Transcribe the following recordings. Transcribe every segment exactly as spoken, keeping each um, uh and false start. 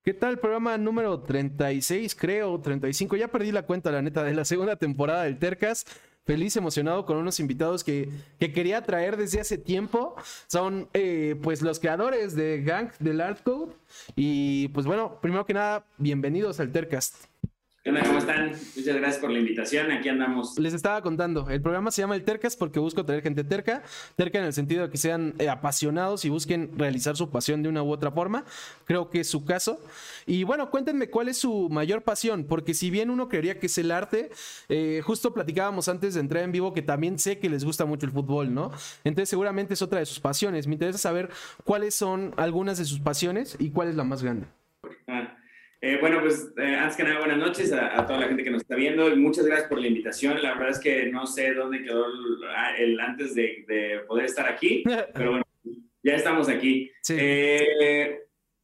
¿Qué tal? Programa número treinta y seis, creo, treinta y cinco. Ya perdí la cuenta, la neta, de la segunda temporada del Tercas. Feliz, emocionado con unos invitados que, que quería traer desde hace tiempo. Son eh, pues los creadores de Gang del Art Code. Y pues bueno, primero que nada, bienvenidos al Tercast. ¿Qué onda? ¿Cómo están? Muchas gracias por la invitación. Aquí andamos. Les estaba contando, el programa se llama El Tercas porque busco traer gente terca, terca en el sentido de que sean eh, apasionados y busquen realizar su pasión de una u otra forma. Creo que es su caso. Y bueno, cuéntenme cuál es su mayor pasión, porque si bien uno creería que es el arte, eh, justo platicábamos antes de entrar en vivo que también sé que les gusta mucho el fútbol, ¿no? Entonces seguramente es otra de sus pasiones. Me interesa saber cuáles son algunas de sus pasiones y cuál es la más grande. Ah. Eh, bueno, pues eh, antes que nada, buenas noches a, a toda la gente que nos está viendo y muchas gracias por la invitación. La verdad es que no sé dónde quedó el, el antes de, de poder estar aquí, pero bueno, ya estamos aquí. Sí. Eh,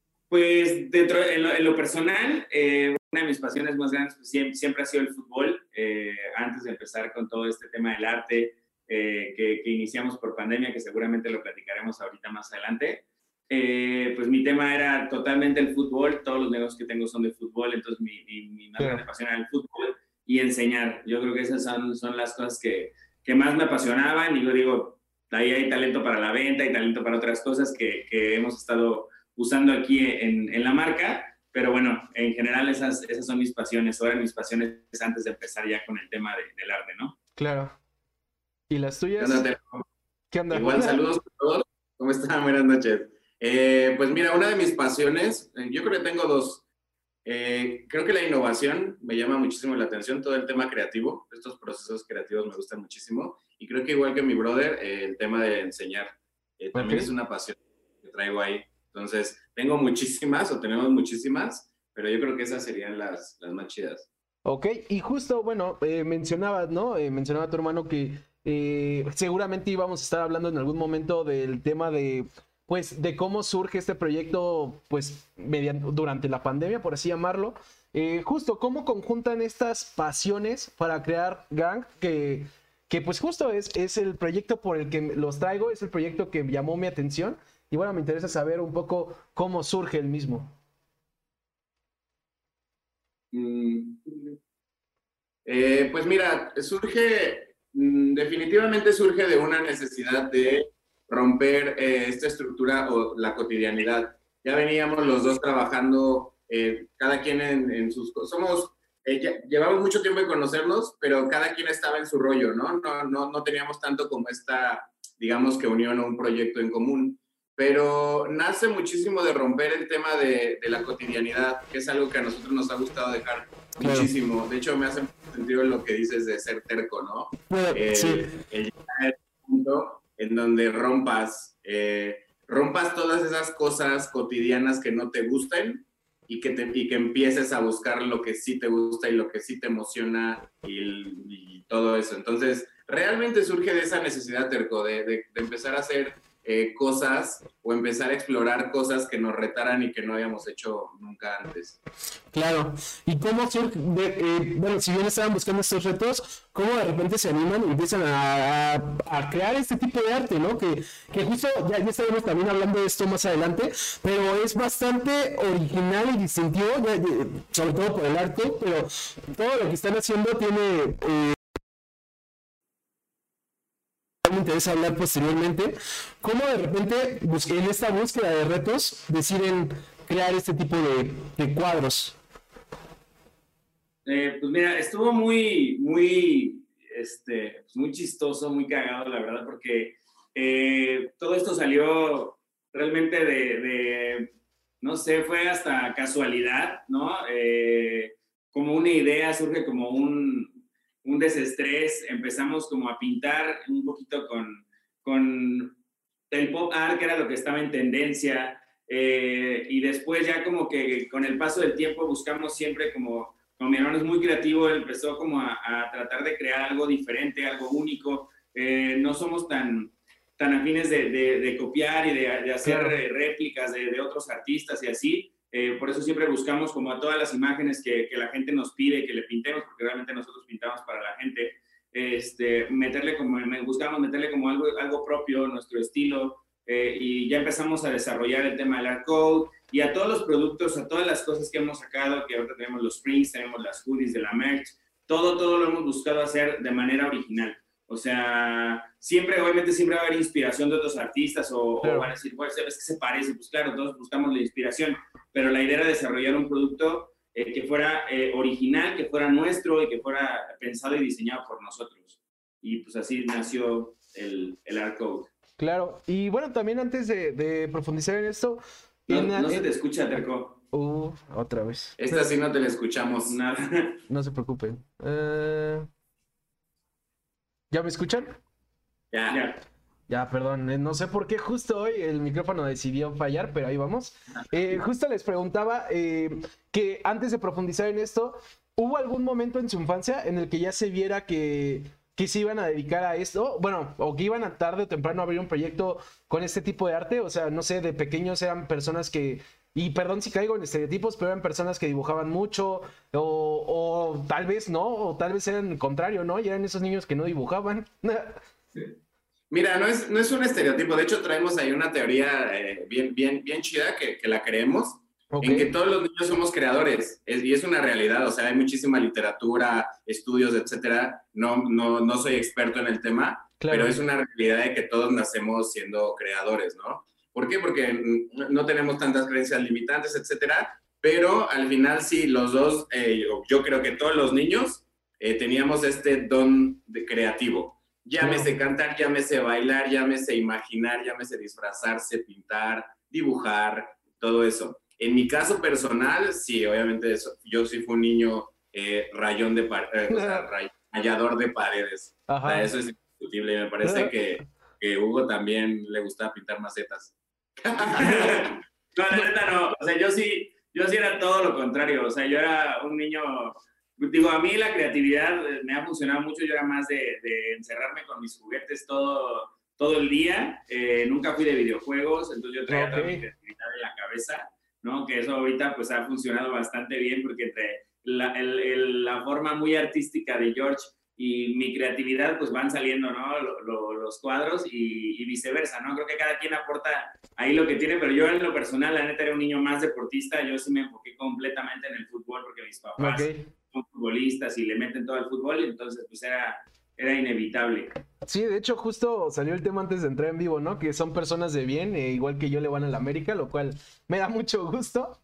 pues dentro, en lo, en lo personal, eh, una de mis pasiones más grandes pues, siempre, siempre ha sido el fútbol. Eh, antes de empezar con todo este tema del arte eh, que, que iniciamos por pandemia, que seguramente lo platicaremos ahorita más adelante. Eh, pues mi tema era totalmente el fútbol, todos los negocios que tengo son de fútbol, entonces mi, mi, mi más grande pasión era el fútbol y enseñar. Yo creo que esas son, son las cosas que, que más me apasionaban y yo digo, ahí hay talento para la venta y talento para otras cosas que, que hemos estado usando aquí en, en la marca, pero bueno, en general esas, esas son mis pasiones, ahora mis pasiones antes de empezar ya con el tema de, del arte, ¿no? Claro. ¿Y las tuyas? ¿Qué onda? ¿Qué onda? Igual, saludos a todos. ¿Cómo están? Buenas noches. Eh, pues mira, una de mis pasiones, yo creo que tengo dos. Eh, creo que la innovación me llama muchísimo la atención, todo el tema creativo, estos procesos creativos me gustan muchísimo. Y creo que igual que mi brother, eh, el tema de enseñar eh, también okay. Es una pasión que traigo ahí. Entonces, tengo muchísimas o tenemos muchísimas, pero yo creo que esas serían las, las más chidas. Ok, y justo, bueno, eh, mencionabas, ¿no? Eh, mencionaba tu hermano que eh, seguramente íbamos a estar hablando en algún momento del tema de... pues de cómo surge este proyecto, pues mediante, durante la pandemia, por así llamarlo. Eh, justo, cómo conjuntan estas pasiones para crear Gang, que, que pues justo es, es el proyecto por el que los traigo, es el proyecto que llamó mi atención. Y bueno, me interesa saber un poco cómo surge el mismo. Mm. Eh, pues mira, surge, definitivamente surge de una necesidad de romper eh, esta estructura o la cotidianidad. Ya veníamos los dos trabajando, eh, cada quien en, en sus cosas. Somos, eh, ya, llevamos mucho tiempo de conocernos, pero cada quien estaba en su rollo, ¿no? No, no, no teníamos tanto como esta, digamos que unión o un proyecto en común. Pero nace muchísimo de romper el tema de, de la cotidianidad, que es algo que a nosotros nos ha gustado dejar claro. muchísimo. De hecho, me hace sentido lo que dices de ser terco, ¿no? Bueno, eh, sí. El llegar al punto en donde rompas, eh, rompas todas esas cosas cotidianas que no te gusten y que, te, y que empieces a buscar lo que sí te gusta y lo que sí te emociona y, y todo eso. Entonces, realmente surge de esa necesidad, terco, de, de, de empezar a hacer eh, cosas o empezar a explorar cosas que nos retaran y que no habíamos hecho nunca antes. Claro. ¿Y cómo surge? De, eh, bueno, si bien estaban buscando estos retos, ¿cómo de repente se animan y empiezan a, a, a crear este tipo de arte, ¿no? Que, que justo ya, ya estaremos también hablando de esto más adelante, pero es bastante original y distintivo, ya, ya, sobre todo por el arte, pero todo lo que están haciendo tiene... Eh, me interesa hablar posteriormente. ¿Cómo de repente, en esta búsqueda de retos, deciden crear este tipo de, de cuadros? Eh, pues mira, estuvo muy, muy, este, pues muy chistoso, muy cagado, la verdad, porque eh, todo esto salió realmente de, de, no sé, fue hasta casualidad, ¿no? Eh, como una idea, surge como un, un desestrés, empezamos como a pintar un poquito con, con el pop art, que era lo que estaba en tendencia, eh, y después ya como que con el paso del tiempo buscamos siempre como... Como mi hermano es muy creativo, él empezó como a, a tratar de crear algo diferente, algo único. Eh, no somos tan, tan afines de, de, de copiar y de, de hacer claro. réplicas de, de otros artistas y así. Eh, por eso siempre buscamos como a todas las imágenes que, que la gente nos pide que le pintemos, porque realmente nosotros pintamos para la gente. Este, meterle como, buscamos meterle como algo, algo propio, nuestro estilo. Eh, y ya empezamos a desarrollar el tema del art code. y a todos los productos, a todas las cosas que hemos sacado, que ahora tenemos los prints, tenemos las hoodies de la merch, todo, todo lo hemos buscado hacer de manera original. O sea, siempre, obviamente, siempre va a haber inspiración de otros artistas o, claro. o van a decir, bueno, es que se parece. Pues claro, todos buscamos la inspiración, pero la idea era desarrollar un producto eh, que fuera eh, original, que fuera nuestro y que fuera pensado y diseñado por nosotros. Y pues así nació el, el Art Code. Claro, y bueno, también antes de, de profundizar en esto... No, en, no en... se te escucha, Terco. Uh, otra vez. Esta sí no te la escuchamos. Nada. No se preocupen. Uh... ¿Ya me escuchan? Ya. Ya. Ya, perdón, eh, no sé por qué justo hoy el micrófono decidió fallar, pero ahí vamos. Eh, justo les preguntaba eh, que antes de profundizar en esto, ¿hubo algún momento en su infancia en el que ya se viera que, que se iban a dedicar a esto? Bueno, o que iban a tarde o temprano a abrir un proyecto con este tipo de arte. O sea, no sé, de pequeños eran personas que... Y perdón si caigo en estereotipos, pero eran personas que dibujaban mucho, o, o tal vez no, o tal vez eran el contrario, ¿no? Y eran esos niños que no dibujaban. Sí. Mira, no es, no es un estereotipo. De hecho, traemos ahí una teoría eh, bien, bien, bien chida que, que la creemos, okay. En que todos los niños somos creadores. Es, y es una realidad. O sea, hay muchísima literatura, estudios, etcétera. No, no, no soy experto en el tema, claro. Pero es una realidad de que todos nacemos siendo creadores, ¿no? ¿Por qué? Porque no tenemos tantas creencias limitantes, etcétera. Pero al final sí, los dos, eh, yo, yo creo que todos los niños eh, teníamos este don de creativo. Llámese no. cantar, llámese bailar, llámese imaginar, llámese disfrazarse, pintar, dibujar, todo eso. En mi caso personal, sí, obviamente eso, yo sí fui un niño eh, rayón de paredes, eh, o sea, ray, rayador de paredes. O sea, eso es indiscutible. Y me parece que, que Hugo también le gustaba pintar macetas. No, la neta no. O sea, yo sí, yo sí era todo lo contrario. O sea, yo era un niño... Digo, a mí la creatividad me ha funcionado mucho. Yo era más de, de encerrarme con mis juguetes todo, todo el día. Eh, nunca fui de videojuegos, entonces yo traía okay. toda mi creatividad en la cabeza, ¿no? Que eso ahorita pues ha funcionado bastante bien porque entre la, el, el, la forma muy artística de George y mi creatividad pues van saliendo, ¿no? Lo, lo, los cuadros y, y viceversa, ¿no? Creo que cada quien aporta ahí lo que tiene, pero yo en lo personal, la neta, era un niño más deportista. Yo sí me enfoqué completamente en el fútbol porque mis papás... Okay. son futbolistas y le meten todo al fútbol, entonces pues era, era inevitable. Sí, de hecho justo salió el tema antes de entrar en vivo, ¿no? Que son personas de bien, eh, igual que yo le van a la América, lo cual me da mucho gusto.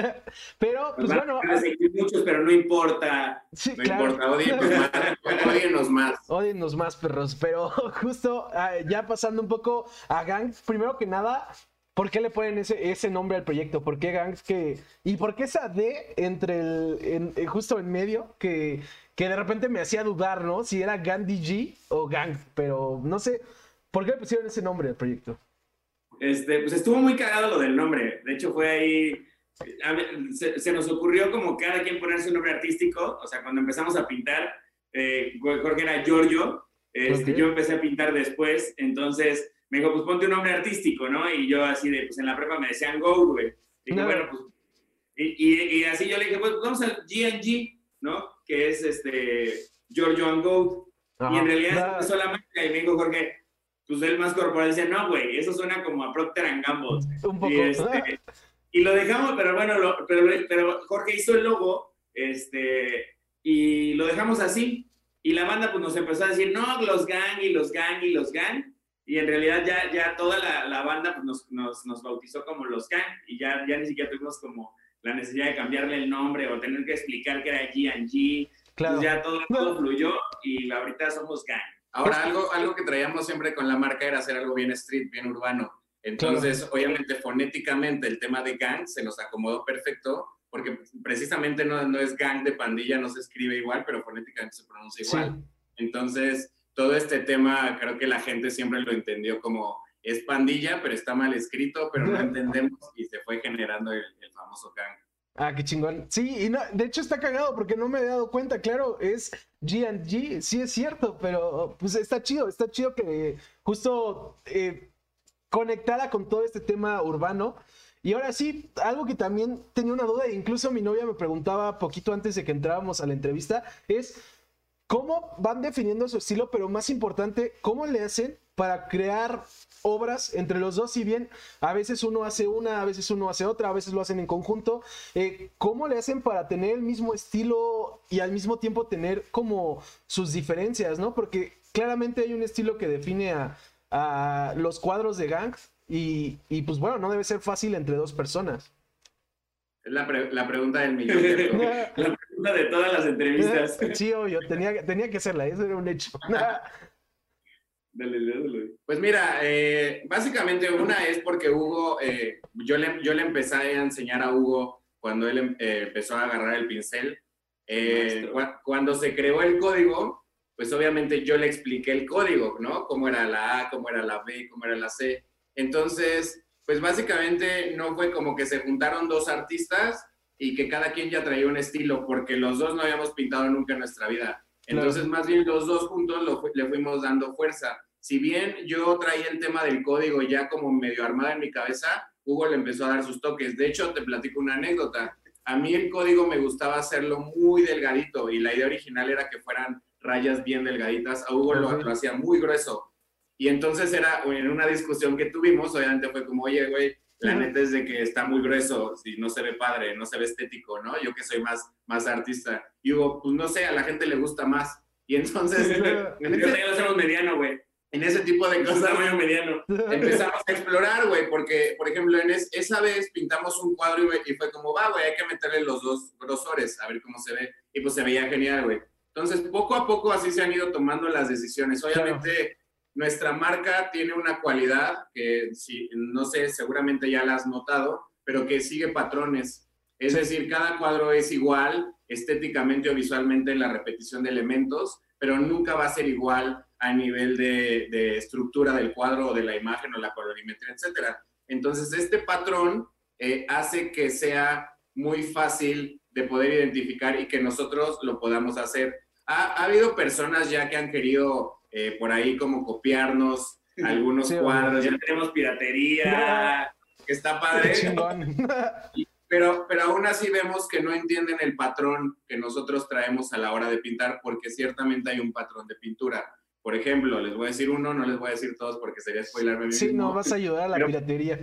Pero, pues Nos bueno... Van a seguir muchos, pero no importa. Sí, no claro. importa, odienos más. Odienos más. Odienos más, perros. Pero justo uh, ya pasando un poco a Gang, primero que nada... ¿Por qué le ponen ese, ese nombre al proyecto? ¿Por qué Gangs que...? ¿Y por qué esa D entre el... En, justo en medio? Que, que de repente me hacía dudar, ¿no? Si era Gandhi G o Gang. Pero no sé... ¿Por qué le pusieron ese nombre al proyecto? Este, pues estuvo muy cagado lo del nombre. De hecho fue ahí... A ver, se, se nos ocurrió como cada quien ponerse un nombre artístico. O sea, cuando empezamos a pintar, eh, Jorge era Giorgio. Este, okay. Yo empecé a pintar después. Entonces... me dijo, pues ponte un nombre artístico, ¿no? Y yo así de, pues en la prepa me decían Goat, güey. Y dije, no. bueno, pues... Y, y, y así yo le dije, pues vamos al G and G, ¿no? Que es este... Giorgio and Goat. Ajá. Y en realidad empezó la marca y me dijo Jorge, pues él más corporal, decía, no, güey, eso suena como a Procter and Gamble. Un poco. Y, este, y lo dejamos, pero bueno, lo, pero, pero Jorge hizo el logo, este... Y lo dejamos así. Y la banda pues nos empezó a decir, no, los gang y los gang y los gang. Y en realidad ya, ya toda la, la banda pues, nos, nos, nos bautizó como los Gang y ya, ya ni siquiera tuvimos como la necesidad de cambiarle el nombre o tener que explicar que era G and G. Claro. Entonces ya todo, todo fluyó y ahorita somos Gang. Ahora, algo, algo que traíamos siempre con la marca era hacer algo bien street, bien urbano. Entonces, claro. obviamente, fonéticamente el tema de Gang se nos acomodó perfecto porque precisamente no, no es gang de pandilla, no se escribe igual, pero fonéticamente se pronuncia igual. Sí. Entonces... todo este tema, creo que la gente siempre lo entendió como es pandilla, pero está mal escrito, pero no entendemos y se fue generando el, el famoso gang. Ah, qué chingón. Sí, y no, de hecho está cagado porque no me he dado cuenta, claro, es G and G, sí es cierto, pero pues está chido, está chido que justo eh, conectara con todo este tema urbano. Y ahora sí, algo que también tenía una duda, e incluso mi novia me preguntaba poquito antes de que entrábamos a la entrevista, es... ¿cómo van definiendo su estilo? Pero más importante, ¿cómo le hacen para crear obras entre los dos, si bien a veces uno hace una, a veces uno hace otra, a veces lo hacen en conjunto. Eh, ¿Cómo le hacen para tener el mismo estilo y al mismo tiempo tener como sus diferencias, ¿no? Porque claramente hay un estilo que define a, a los cuadros de Gang y, y pues bueno, no debe ser fácil entre dos personas. Es la, pre la pregunta del millón. La pregunta de todas las entrevistas. Sí, obvio, tenía, tenía que hacerla, eso era un hecho. Dale, dale. Pues mira, eh, básicamente una es porque Hugo, eh, yo, le, yo le empecé a enseñar a Hugo cuando él eh, empezó a agarrar el pincel. Eh, cu cuando se creó el código, pues obviamente yo le expliqué el código, ¿no? Cómo era la A, cómo era la B, cómo era la C. Entonces, pues básicamente no fue como que se juntaron dos artistas y que cada quien ya traía un estilo, porque los dos no habíamos pintado nunca en nuestra vida. Entonces, claro, más bien los dos juntos lo, le fuimos dando fuerza. Si bien yo traía el tema del código ya como medio armado en mi cabeza, Hugo le empezó a dar sus toques. De hecho, te platico una anécdota. A mí el código me gustaba hacerlo muy delgadito y la idea original era que fueran rayas bien delgaditas. A Hugo uh-huh. lo, lo hacía muy grueso. Y entonces era en una discusión que tuvimos, obviamente fue como, oye, güey, la uh-huh. neta es de que está muy grueso, si no se ve padre, no se ve estético, ¿no? Yo que soy más, más artista. Y Hugo, pues no sé, a la gente le gusta más. Y entonces... en ese, yo lo hacemos mediano, güey. En ese tipo de cosas tamaño mediano. Empezamos a explorar, güey, porque, por ejemplo, en es, esa vez pintamos un cuadro y, y fue como, va, güey, hay que meterle los dos grosores, a ver cómo se ve. Y pues se veía genial, güey. Entonces, poco a poco así se han ido tomando las decisiones. Obviamente, claro, nuestra marca tiene una cualidad que, si, no sé, seguramente ya la has notado, pero que sigue patrones. Es decir, cada cuadro es igual estéticamente o visualmente en la repetición de elementos, pero nunca va a ser igual a nivel de, de estructura del cuadro o de la imagen o la colorimetría, etcétera. Entonces, este patrón eh, hace que sea muy fácil de poder identificar y que nosotros lo podamos hacer. Ha, ha habido personas ya que han querido eh, por ahí como copiarnos algunos sí, cuadros. Ya tenemos piratería. Que está padre. Y, pero, pero aún así vemos que no entienden el patrón que nosotros traemos a la hora de pintar, porque ciertamente hay un patrón de pintura. Por ejemplo, les voy a decir uno, no les voy a decir todos porque sería spoilerme. Sí, mismo. No, vas a ayudar a la Pero piratería.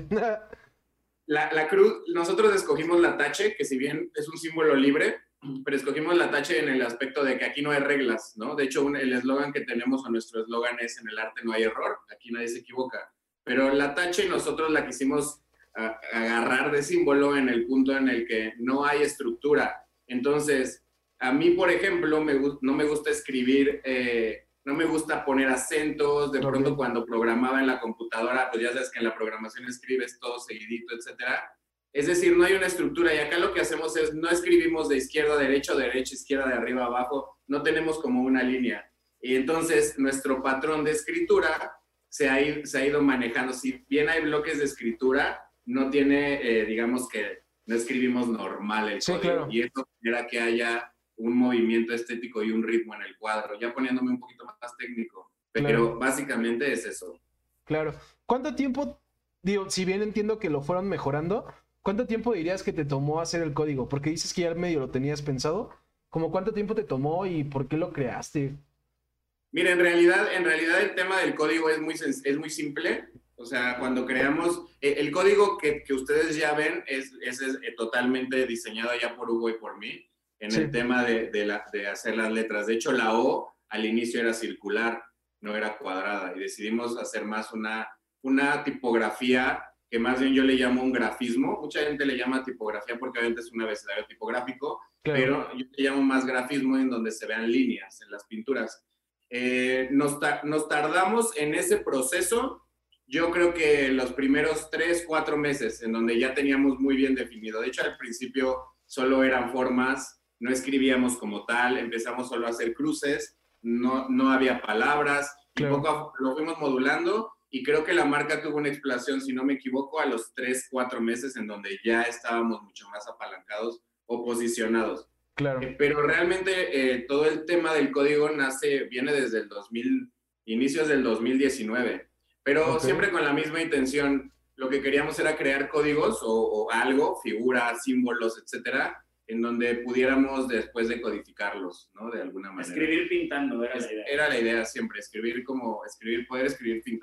La, la cruz, nosotros escogimos la tache, que si bien es un símbolo libre, pero escogimos la tache en el aspecto de que aquí no hay reglas, ¿no? De hecho, un, el eslogan que tenemos o nuestro eslogan es: en el arte no hay error, aquí nadie se equivoca. Pero la tache nosotros la quisimos a, agarrar de símbolo en el punto en el que no hay estructura. Entonces, a mí, por ejemplo, me, no me gusta escribir... Eh, no me gusta poner acentos, de pronto okay. cuando programaba en la computadora, pues ya sabes que en la programación escribes todo seguidito, etcétera. Es decir, no hay una estructura y acá lo que hacemos es, no escribimos de izquierda a derecha, derecha, izquierda, de arriba a abajo, no tenemos como una línea. Y entonces nuestro patrón de escritura se ha ido, se ha ido manejando. Si bien hay bloques de escritura, no tiene, eh, digamos que no escribimos normal el sí, código. Claro. Y esto genera que haya un movimiento estético y un ritmo en el cuadro, ya poniéndome un poquito más técnico, pero claro. básicamente es eso. Claro. ¿Cuánto tiempo, digo, si bien entiendo que lo fueron mejorando, cuánto tiempo dirías que te tomó hacer el código? Porque dices que ya medio lo tenías pensado, ¿cómo cuánto tiempo te tomó y por qué lo creaste? Mira, en realidad, en realidad el tema del código es muy, es muy simple. O sea, cuando creamos, eh, el código que, que ustedes ya ven es, es, es totalmente diseñado ya por Hugo y por mí. En sí. el tema de, de, la, de hacer las letras. De hecho, la O al inicio era circular, no era cuadrada, y decidimos hacer más una, una tipografía que más bien yo le llamo un grafismo. Mucha gente le llama tipografía porque obviamente es un abecedario tipográfico, claro. pero yo le llamo más grafismo en donde se vean líneas en las pinturas. Eh, nos, ta nos tardamos en ese proceso, yo creo que los primeros tres, cuatro meses, en donde ya teníamos muy bien definido. De hecho, al principio solo eran formas, no escribíamos como tal, empezamos solo a hacer cruces, no, no había palabras, claro. y poco a, lo fuimos modulando, y creo que la marca tuvo una explosión, si no me equivoco, a los tres, cuatro meses, en donde ya estábamos mucho más apalancados o posicionados. Claro. Eh, pero realmente eh, todo el tema del código nace, viene desde el dos mil, inicios del dos mil diecinueve, pero okay. siempre con la misma intención. Lo que queríamos era crear códigos o, o algo, figuras, símbolos, etcétera, en donde pudiéramos después decodificarlos, ¿no? De alguna manera. Escribir pintando, era es, la idea. Era la idea siempre, escribir como, escribir, poder escribir pintando.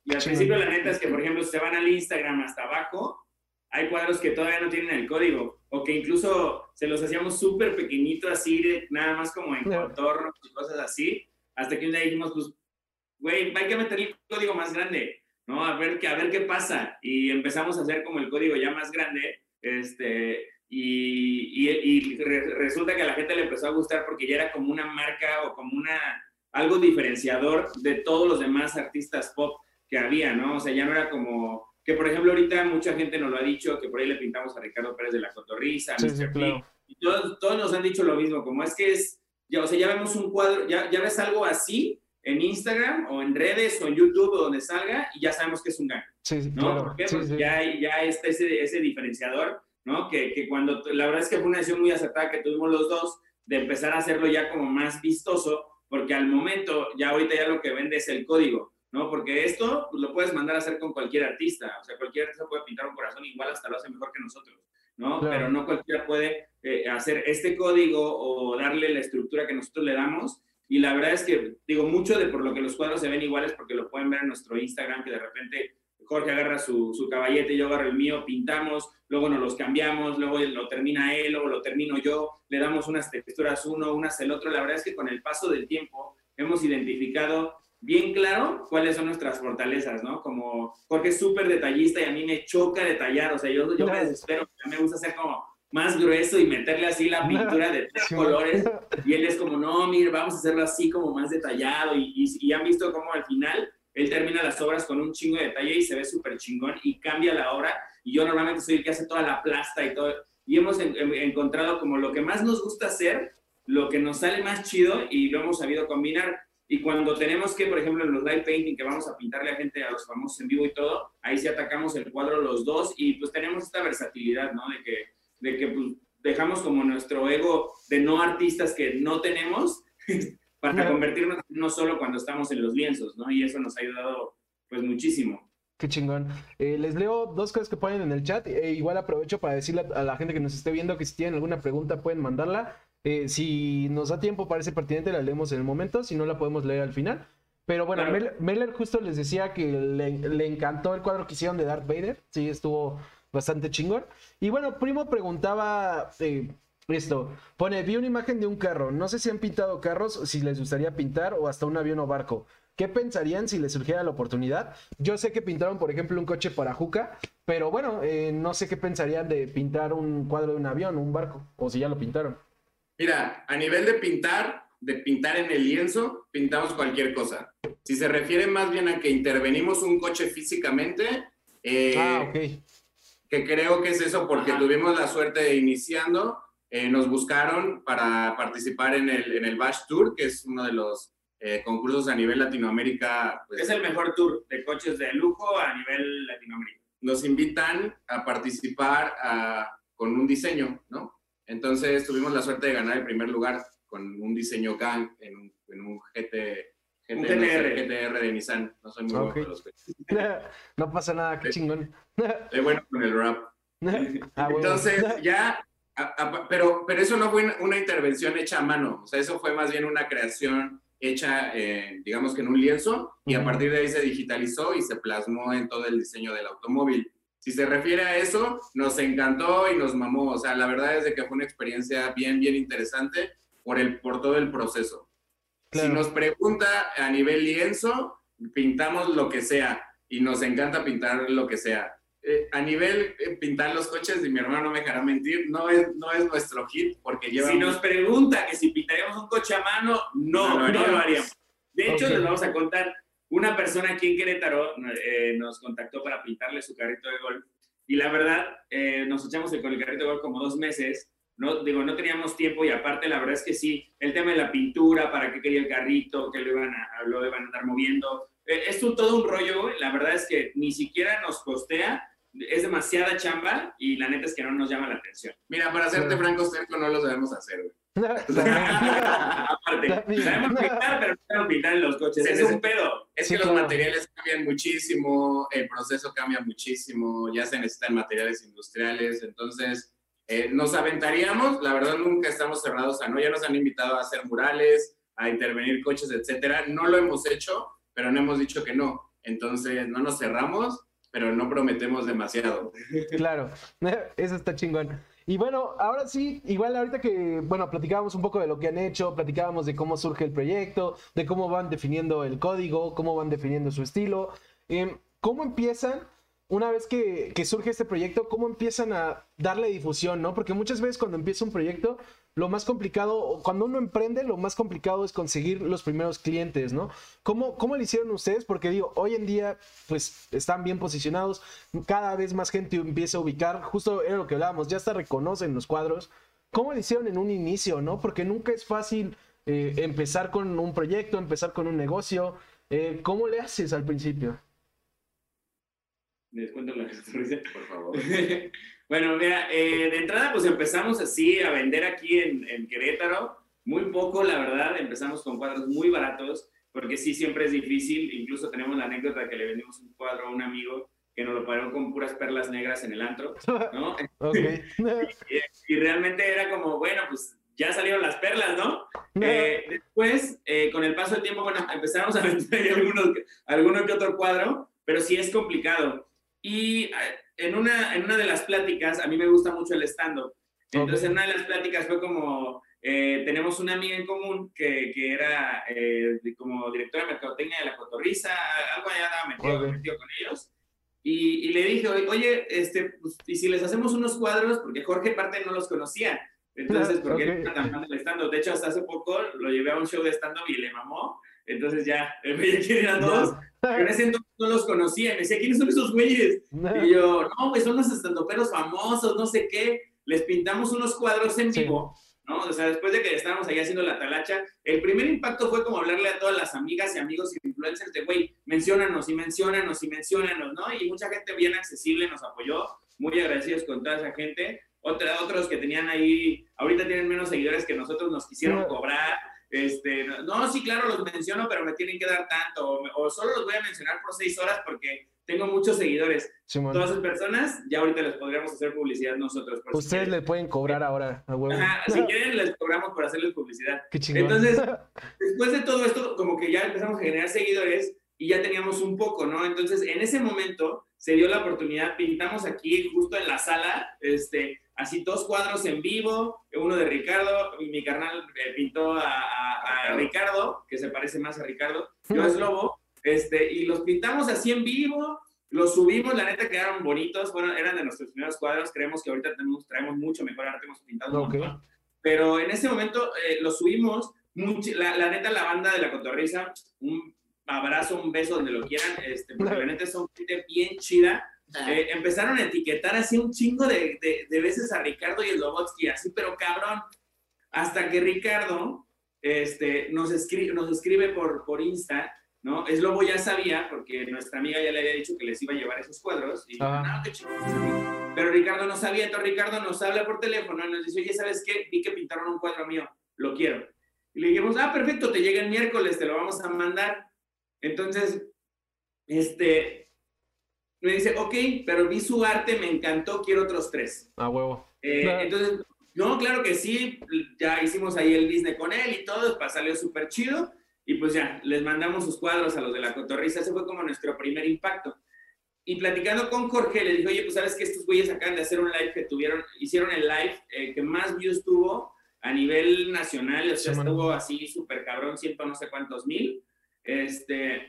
Y al sí. principio la neta es que, por ejemplo, si se van al Instagram hasta abajo, hay cuadros que todavía no tienen el código, o que incluso se los hacíamos súper pequeñitos, así, de, nada más como en yeah. contornos y cosas así, hasta que un día dijimos, pues, güey, hay que meter el código más grande, ¿no? A ver, a ver qué pasa. Y empezamos a hacer como el código ya más grande, este, y, y, y re, resulta que a la gente le empezó a gustar porque ya era como una marca o como una, algo diferenciador de todos los demás artistas pop que había, ¿no? O sea, ya no era como... Que, por ejemplo, ahorita mucha gente nos lo ha dicho, que por ahí le pintamos a Ricardo Pérez de la Cotorrisa, a sí, mister Sí, claro. Y todos, todos nos han dicho lo mismo, como es que es, ya, o sea, ya vemos un cuadro, ya, ya ves algo así en Instagram o en redes o en YouTube o donde salga y ya sabemos que es un gang, sí, sí, ¿no? Claro. ¿Por qué? Sí, Porque sí. ya, ya está ese, ese diferenciador, ¿no? Que, que cuando, la verdad es que fue una decisión muy acertada que tuvimos los dos de empezar a hacerlo ya como más vistoso, porque al momento, ya ahorita ya lo que vende es el código, ¿no? Porque esto pues, lo puedes mandar a hacer con cualquier artista, o sea, cualquier artista puede pintar un corazón, igual hasta lo hace mejor que nosotros, ¿no? Claro. Pero no cualquiera puede eh, hacer este código o darle la estructura que nosotros le damos, y la verdad es que, digo, mucho de por lo que los cuadros se ven iguales, porque lo pueden ver en nuestro Instagram, que de repente Jorge agarra su, su caballete, yo agarro el mío, pintamos, luego nos los cambiamos, luego lo termina él, luego lo termino yo, le damos unas texturas uno, unas el otro. La verdad es que con el paso del tiempo hemos identificado bien claro cuáles son nuestras fortalezas, ¿no? Como Jorge es súper detallista y a mí me choca detallar, o sea, yo, yo me desespero, a mí me gusta hacer como más grueso y meterle así la pintura de tres sí. colores, y él es como, no, mire, vamos a hacerlo así como más detallado, y, y, y han visto cómo al final él termina las obras con un chingo de detalle y se ve súper chingón y cambia la obra, y yo normalmente soy el que hace toda la plasta y todo, y hemos en, en, encontrado como lo que más nos gusta hacer, lo que nos sale más chido, y lo hemos sabido combinar. Y cuando tenemos que, por ejemplo, en los live painting, que vamos a pintarle a gente, a los famosos en vivo y todo, ahí sí atacamos el cuadro los dos, y pues tenemos esta versatilidad, ¿no? De que, de que pues, dejamos como nuestro ego de no artistas que no tenemos para convertirnos no solo cuando estamos en los lienzos, ¿no? Y eso nos ha ayudado, pues, muchísimo. Qué chingón. Eh, les leo dos cosas que ponen en el chat. Eh, igual aprovecho para decirle a la gente que nos esté viendo que si tienen alguna pregunta pueden mandarla. Eh, si nos da tiempo, parece pertinente, la leemos en el momento. Si no, la podemos leer al final. Pero bueno, claro. Meller justo les decía que le, le encantó el cuadro que hicieron de Darth Vader. Sí, estuvo bastante chingón. Y bueno, Primo preguntaba eh, esto. Pone, vi una imagen de un carro. No sé si han pintado carros, si les gustaría pintar, o hasta un avión o barco. ¿Qué pensarían si les surgiera la oportunidad? Yo sé que pintaron, por ejemplo, un coche para Juca, pero bueno, eh, no sé qué pensarían de pintar un cuadro de un avión o un barco, o si ya lo pintaron. Mira, a nivel de pintar, de pintar en el lienzo, pintamos cualquier cosa. Si se refiere más bien a que intervenimos un coche físicamente, eh, ah, ok. que creo que es eso porque Ajá. tuvimos la suerte de iniciando, eh, nos buscaron para participar en el, en el Bash Tour, que es uno de los Eh, concursos a nivel Latinoamérica. Pues, es el mejor tour de coches de lujo a nivel Latinoamérica. Nos invitan a participar a, con un diseño, ¿no? Entonces tuvimos la suerte de ganar el primer lugar con un diseño gang en un, en un G T, G T, un G T R. No sé, G T R de Nissan. No soy muy okay. bueno con los coches. No pasa nada, qué chingón. Es bueno con el rap. Ah, Entonces bueno. ya... A, a, pero, pero eso no fue una, una intervención hecha a mano. O sea, eso fue más bien una creación hecha, eh, digamos que en un lienzo, y a partir de ahí se digitalizó y se plasmó en todo el diseño del automóvil. Si se refiere a eso, nos encantó y nos mamó. O sea, la verdad es de que fue una experiencia bien, bien interesante por, el, por todo el proceso. Claro. Si nos pregunta a nivel lienzo, pintamos lo que sea y nos encanta pintar lo que sea. Eh, a nivel eh, pintar los coches, y mi hermano no me dejará mentir, no es, no es nuestro hit porque lleva... Si nos pregunta que si pintaríamos un coche a mano, no, no, no lo haríamos. De hecho, okay. les vamos a contar, una persona aquí en Querétaro eh, nos contactó para pintarle su carrito de golf, y la verdad, eh, nos echamos con el carrito de golf como dos meses, no, digo, no teníamos tiempo, y aparte la verdad es que sí, el tema de la pintura, para qué quería el carrito, que lo iban a, lo iban a andar moviendo, eh, es un, todo un rollo, la verdad es que ni siquiera nos costea. Es demasiada chamba y la neta es que no nos llama la atención. Mira, para serte franco, Sergio, no lo sabemos hacer, güey. Aparte, sabemos pintar, pero no sabemos pintar en los coches. Es, es un pedo. Es que sí, los claro. materiales cambian muchísimo, el proceso cambia muchísimo, ya se necesitan materiales industriales, entonces eh, nos aventaríamos, la verdad nunca estamos cerrados a no, ya nos han invitado a hacer murales, a intervenir coches, etcétera. No lo hemos hecho, pero no hemos dicho que no. entonces no nos cerramos, pero no prometemos demasiado. Claro, eso está chingón. Y bueno, ahora sí, igual ahorita que, bueno, platicábamos un poco de lo que han hecho, platicábamos de cómo surge el proyecto, de cómo van definiendo el código, cómo van definiendo su estilo. Eh, ¿Cómo empiezan, una vez que, que surge este proyecto, cómo empiezan a darle difusión, ¿no? Porque muchas veces cuando empieza un proyecto, lo más complicado, cuando uno emprende, lo más complicado es conseguir los primeros clientes, ¿no? ¿Cómo, cómo lo hicieron ustedes? Porque digo, hoy en día, pues, están bien posicionados, cada vez más gente empieza a ubicar, justo era lo que hablábamos, ya hasta reconocen los cuadros. ¿Cómo lo hicieron en un inicio, no? Porque nunca es fácil eh, empezar con un proyecto, empezar con un negocio. Eh, ¿Cómo le haces al principio? ¿Me descuento la sonrisa? Por favor. Bueno, mira, eh, de entrada pues empezamos así a vender aquí en, en Querétaro, muy poco la verdad, empezamos con cuadros muy baratos, porque sí, siempre es difícil, incluso tenemos la anécdota de que le vendimos un cuadro a un amigo que nos lo pagaron con puras perlas negras en el antro, ¿no? Okay. y, y realmente era como, bueno, pues ya salieron las perlas, ¿no? Eh, después, eh, con el paso del tiempo, bueno, empezamos a vender algunos, alguno que otro cuadro, pero sí es complicado. Y en una, en una de las pláticas, a mí me gusta mucho el stand-up. Entonces, okay. En una de las pláticas fue como, eh, tenemos una amiga en común que, que era eh, como directora de mercadotecnia de La Cotorrisa, algo allá andaba metido, okay. metido con ellos. Y, y le dije, oye, este, pues, ¿y si les hacemos unos cuadros? Porque Jorge parte no los conocía. Entonces, porque okay. Era tan fan del stand-up. De hecho, hasta hace poco lo llevé a un show de stand-up y le mamó. Entonces ya, me veía quién eran todos. No. Pero en ese entonces no los conocía. Me decía, ¿quiénes son esos güeyes? No. Y yo, no, pues son unos estandoperos famosos, no sé qué. Les pintamos unos cuadros en vivo, sí. ¿no? O sea, después de que estábamos ahí haciendo la talacha, el primer impacto fue como hablarle a todas las amigas y amigos y influencers de, güey, menciónanos y menciónanos y menciónanos, ¿no? Y mucha gente bien accesible nos apoyó. Muy agradecidos con toda esa gente. Otra, otros que tenían ahí, ahorita tienen menos seguidores que nosotros, nos quisieron sí. cobrar. Este, no, sí, claro, los menciono, pero me tienen que dar tanto, o, o solo los voy a mencionar por seis horas porque tengo muchos seguidores. Sí, todas esas personas, ya ahorita les podríamos hacer publicidad nosotros. Por Ustedes si le pueden cobrar ahora, a huevo. Ajá, si quieren, les cobramos por hacerles publicidad. Qué chingón. Entonces, después de todo esto, como que ya empezamos a generar seguidores y ya teníamos un poco, ¿no? Entonces, en ese momento se dio la oportunidad, pintamos aquí justo en la sala, este... así dos cuadros en vivo, uno de Ricardo, y mi carnal eh, pintó a, a, a Ricardo, que se parece más a Ricardo, yo es Lobo, este, y los pintamos así en vivo, los subimos, la neta quedaron bonitos, bueno, eran de nuestros primeros cuadros, creemos que ahorita tenemos, traemos mucho mejor arte, hemos pintado un okay. montón, pero en ese momento eh, los subimos, mucho, la, la neta la banda de La Cotorrisa, un abrazo, un beso donde lo quieran, este, porque la neta son gente bien chida. Eh, empezaron a etiquetar así un chingo de, de, de veces a Ricardo y el Lobotsky, así, pero cabrón, hasta que Ricardo este, nos, escribe, nos escribe por, por Insta, ¿no? Es Lobo ya sabía, porque nuestra amiga ya le había dicho que les iba a llevar esos cuadros, y ah. no, qué chido. Pero Ricardo no sabía, entonces Ricardo nos habla por teléfono y nos dice, oye, ¿sabes qué? Vi que pintaron un cuadro mío, lo quiero. Y le dijimos, ah, perfecto, te llega el miércoles, te lo vamos a mandar. Entonces, este... me dice, ok, pero vi su arte, me encantó, quiero otros tres. Ah, huevo. Eh, claro. Entonces, no, claro que sí, ya hicimos ahí el business con él y todo, salió súper chido, y pues ya, les mandamos sus cuadros a los de La Cotorrisa, ese fue como nuestro primer impacto. Y platicando con Jorge, le dije, oye, pues sabes que estos güeyes acaban de hacer un live que tuvieron, hicieron el live eh, que más views tuvo a nivel nacional, o sea, sí, estuvo así súper cabrón, ciento no sé cuántos mil, este,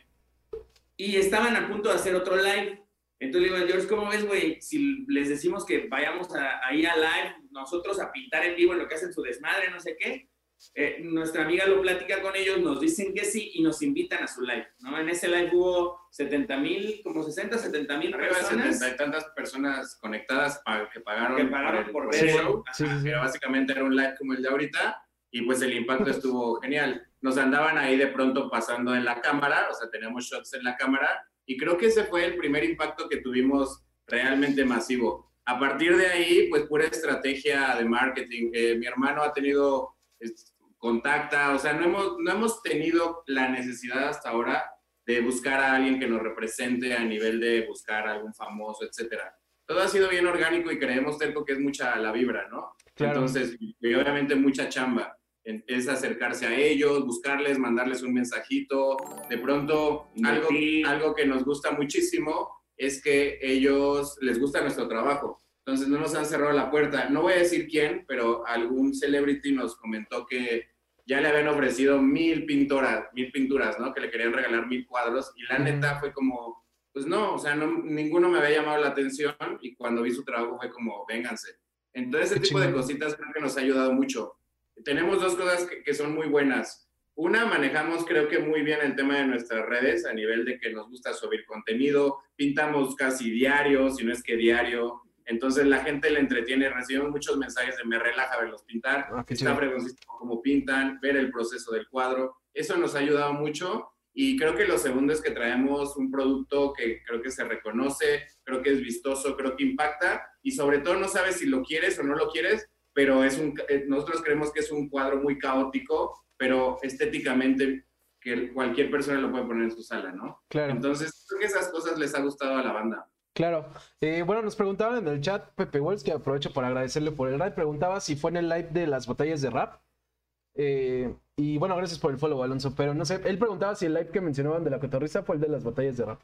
y estaban a punto de hacer otro live. Entonces le digo, George, ¿cómo ves, güey? Si les decimos que vayamos a, a ir a live, nosotros a pintar en vivo en lo que hacen su desmadre, no sé qué, eh, nuestra amiga lo platica con ellos, nos dicen que sí y nos invitan a su live, ¿no? En ese live hubo setenta mil, como sesenta, setenta mil personas. setenta y tantas personas conectadas para, que pagaron, que pagaron por, por ver el show. Sí, sí, sí. Pero básicamente era un live como el de ahorita y pues el impacto estuvo genial. Nos andaban ahí de pronto pasando en la cámara, o sea, teníamos shots en la cámara. Y creo que ese fue el primer impacto que tuvimos realmente masivo. A partir de ahí, pues pura estrategia de marketing. Eh, mi hermano ha tenido, es, contacta, o sea, no hemos, no hemos tenido la necesidad hasta ahora de buscar a alguien que nos represente a nivel de buscar a algún famoso, etcétera. Todo ha sido bien orgánico y creemos, Terco, que es mucha la vibra, ¿no? Claro. Entonces, y obviamente mucha chamba. es acercarse a ellos, buscarles, mandarles un mensajito. De pronto, algo, algo que nos gusta muchísimo es que ellos les gusta nuestro trabajo. Entonces, no nos han cerrado la puerta. No voy a decir quién, pero algún celebrity nos comentó que ya le habían ofrecido mil pinturas, mil pinturas, ¿no? Que le querían regalar mil cuadros. Y la neta fue como, pues no, o sea, no, ninguno me había llamado la atención. Y cuando vi su trabajo fue como, vénganse. Entonces, ese tipo de cositas creo que nos ha ayudado mucho. Tenemos dos cosas que, que son muy buenas. Una, manejamos creo que muy bien el tema de nuestras redes a nivel de que nos gusta subir contenido, pintamos casi diario, si no es que diario. Entonces la gente le entretiene, recibimos muchos mensajes de me relaja verlos pintar, ah, está fregoncísimo cómo pintan, ver el proceso del cuadro. Eso nos ha ayudado mucho y creo que lo segundo es que traemos un producto que creo que se reconoce, creo que es vistoso, creo que impacta y sobre todo no sabes si lo quieres o no lo quieres, pero es un, nosotros creemos que es un cuadro muy caótico, pero estéticamente que cualquier persona lo puede poner en su sala, ¿no? Claro. Entonces, creo que esas cosas les ha gustado a la banda. Claro. Eh, bueno, nos preguntaban en el chat, Pepe Wells, que aprovecho para agradecerle por el live, preguntaba si fue en el live de las batallas de rap. Eh, y bueno, gracias por el follow, Alonso, pero no sé, él preguntaba si el live que mencionaban de la cotorriza fue el de las batallas de rap.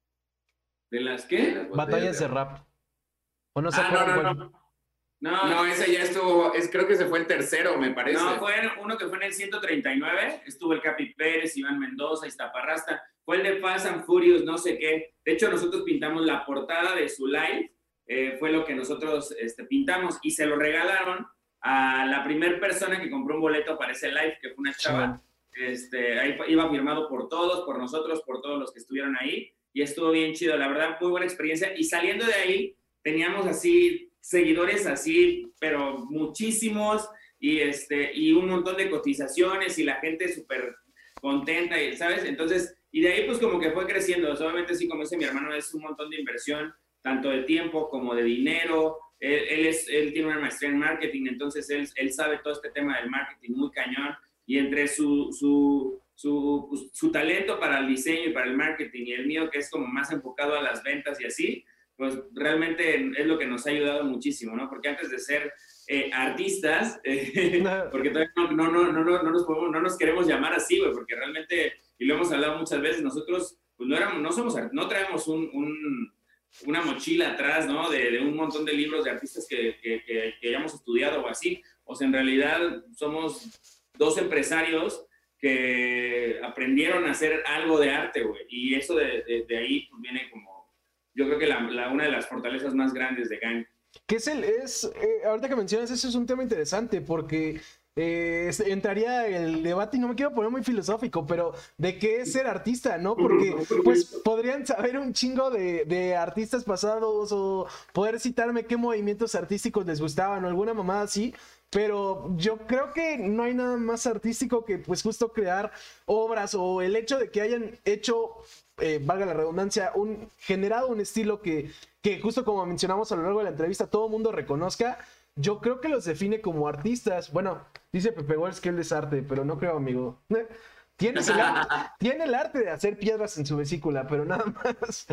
¿De las qué? Las batallas de, de rap. ¿O no se ah, no, no, no. No, no, ese ya estuvo, es, creo que se fue el tercero, me parece. No, fue uno que fue en el ciento treinta y nueve, estuvo el Capi Pérez, Iván Mendoza, Iztaparrasta, fue el de Fast and Furious, no sé qué. De hecho, nosotros pintamos la portada de su live, eh, fue lo que nosotros este, pintamos y se lo regalaron a la primera persona que compró un boleto para ese live, que fue una chava. Sí. Este, ahí iba firmado por todos, por nosotros, por todos los que estuvieron ahí y estuvo bien chido, la verdad, muy buena experiencia. Y saliendo de ahí, teníamos así seguidores así, pero muchísimos, y, este, y un montón de cotizaciones, y la gente súper contenta, ¿sabes? Entonces, y de ahí pues como que fue creciendo. O sea, obviamente sí, como dice mi hermano, es un montón de inversión, tanto de tiempo como de dinero. Él, él, es, él tiene una maestría en marketing, entonces él, él sabe todo este tema del marketing muy cañón, y entre su, su, su, pues, su talento para el diseño y para el marketing, y el mío que es como más enfocado a las ventas y así, pues realmente es lo que nos ha ayudado muchísimo, ¿no? Porque antes de ser eh, artistas, eh, porque todavía no, no, no, no, no, nos podemos, no nos queremos llamar así, güey, porque realmente, y lo hemos hablado muchas veces, nosotros pues no, éramos, no, somos, no traemos un, un, una mochila atrás, ¿no? De, de un montón de libros de artistas que, que, que, que hayamos estudiado o así. O sea, en realidad somos dos empresarios que aprendieron a hacer algo de arte, güey, y eso de, de, de ahí pues, viene como yo creo que la, la, una de las fortalezas más grandes de Gang. ¿Qué es el...? Es, eh, ahorita que mencionas eso es un tema interesante porque eh, entraría el debate, y no me quiero poner muy filosófico, pero de qué es ser artista, ¿no? Porque pues podrían saber un chingo de, de artistas pasados o poder citarme qué movimientos artísticos les gustaban o alguna mamada así, pero yo creo que no hay nada más artístico que pues justo crear obras o el hecho de que hayan hecho... Eh, valga la redundancia, un, generado un estilo que, que justo como mencionamos a lo largo de la entrevista, todo el mundo reconozca. Yo creo que los define como artistas. Bueno, dice Pepe Wells que él es arte, pero no creo, amigo. Tienes el arte, tiene el arte de hacer piedras en su vesícula, pero nada más.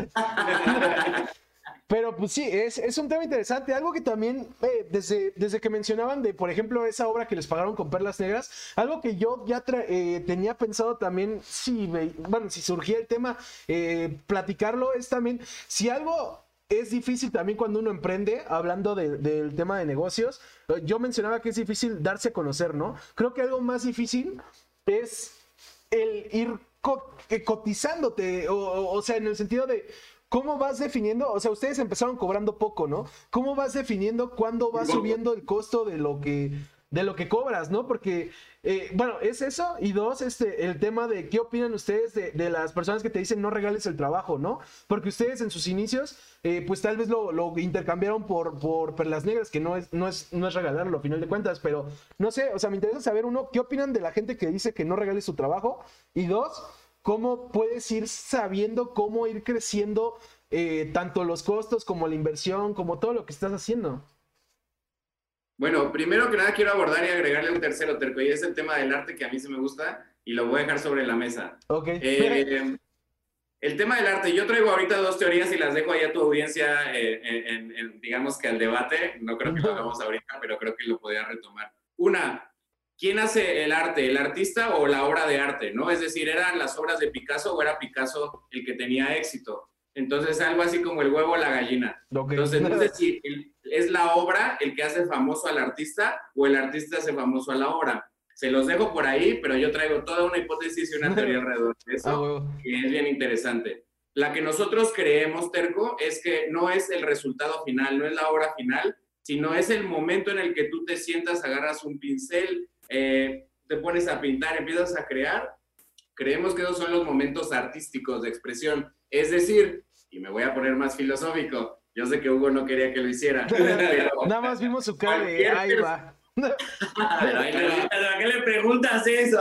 Pero pues sí, es, es un tema interesante. Algo que también, eh, desde, desde que mencionaban de, por ejemplo, esa obra que les pagaron con perlas negras, algo que yo ya eh, tenía pensado también, si, bueno, si surgía el tema, eh, platicarlo, es también, si algo es difícil también cuando uno emprende, hablando de, del tema de negocios, yo mencionaba que es difícil darse a conocer, ¿no? Creo que algo más difícil es el ir co cotizándote, o, o, o sea, en el sentido de... ¿Cómo vas definiendo? O sea, ustedes empezaron cobrando poco, ¿no? ¿Cómo vas definiendo cuándo va subiendo el costo de lo que, de lo que cobras, ¿no? Porque, eh, bueno, es eso. Y dos, este, el tema de qué opinan ustedes de, de las personas que te dicen no regales el trabajo, ¿no? Porque ustedes en sus inicios, eh, pues tal vez lo, lo intercambiaron por, por perlas negras, que no es, no, es, no es regalarlo a final de cuentas, pero no sé, o sea, me interesa saber, uno, ¿qué opinan de la gente que dice que no regales su trabajo? Y dos, ¿cómo puedes ir sabiendo cómo ir creciendo eh, tanto los costos como la inversión, como todo lo que estás haciendo? Bueno, primero que nada quiero abordar y agregarle un tercero terco, y es el tema del arte que a mí se me gusta y lo voy a dejar sobre la mesa. Ok. Eh, el tema del arte, yo traigo ahorita dos teorías y las dejo ahí a tu audiencia, eh, en, en, digamos que al debate. No creo que lo hagamos ahorita, pero creo que lo podría retomar. Una, ¿quién hace el arte? ¿El artista o la obra de arte? ¿No? Es decir, ¿eran las obras de Picasso o era Picasso el que tenía éxito? Entonces, algo así como el huevo o la gallina. Okay. Entonces, no sé si el, es la obra el que hace famoso al artista o el artista hace famoso a la obra. Se los dejo por ahí, pero yo traigo toda una hipótesis y una teoría alrededor de eso, ah, bueno. que es bien interesante. La que nosotros creemos, Terco, es que no es el resultado final, no es la obra final, sino es el momento en el que tú te sientas, agarras un pincel, eh, te pones a pintar, empiezas a crear. Creemos que esos son los momentos artísticos de expresión. Es decir, y me voy a poner más filosófico, yo sé que Hugo no quería que lo hiciera. Pero nada más vimos su cara de ahí va. Pero, ¿a qué le preguntas eso?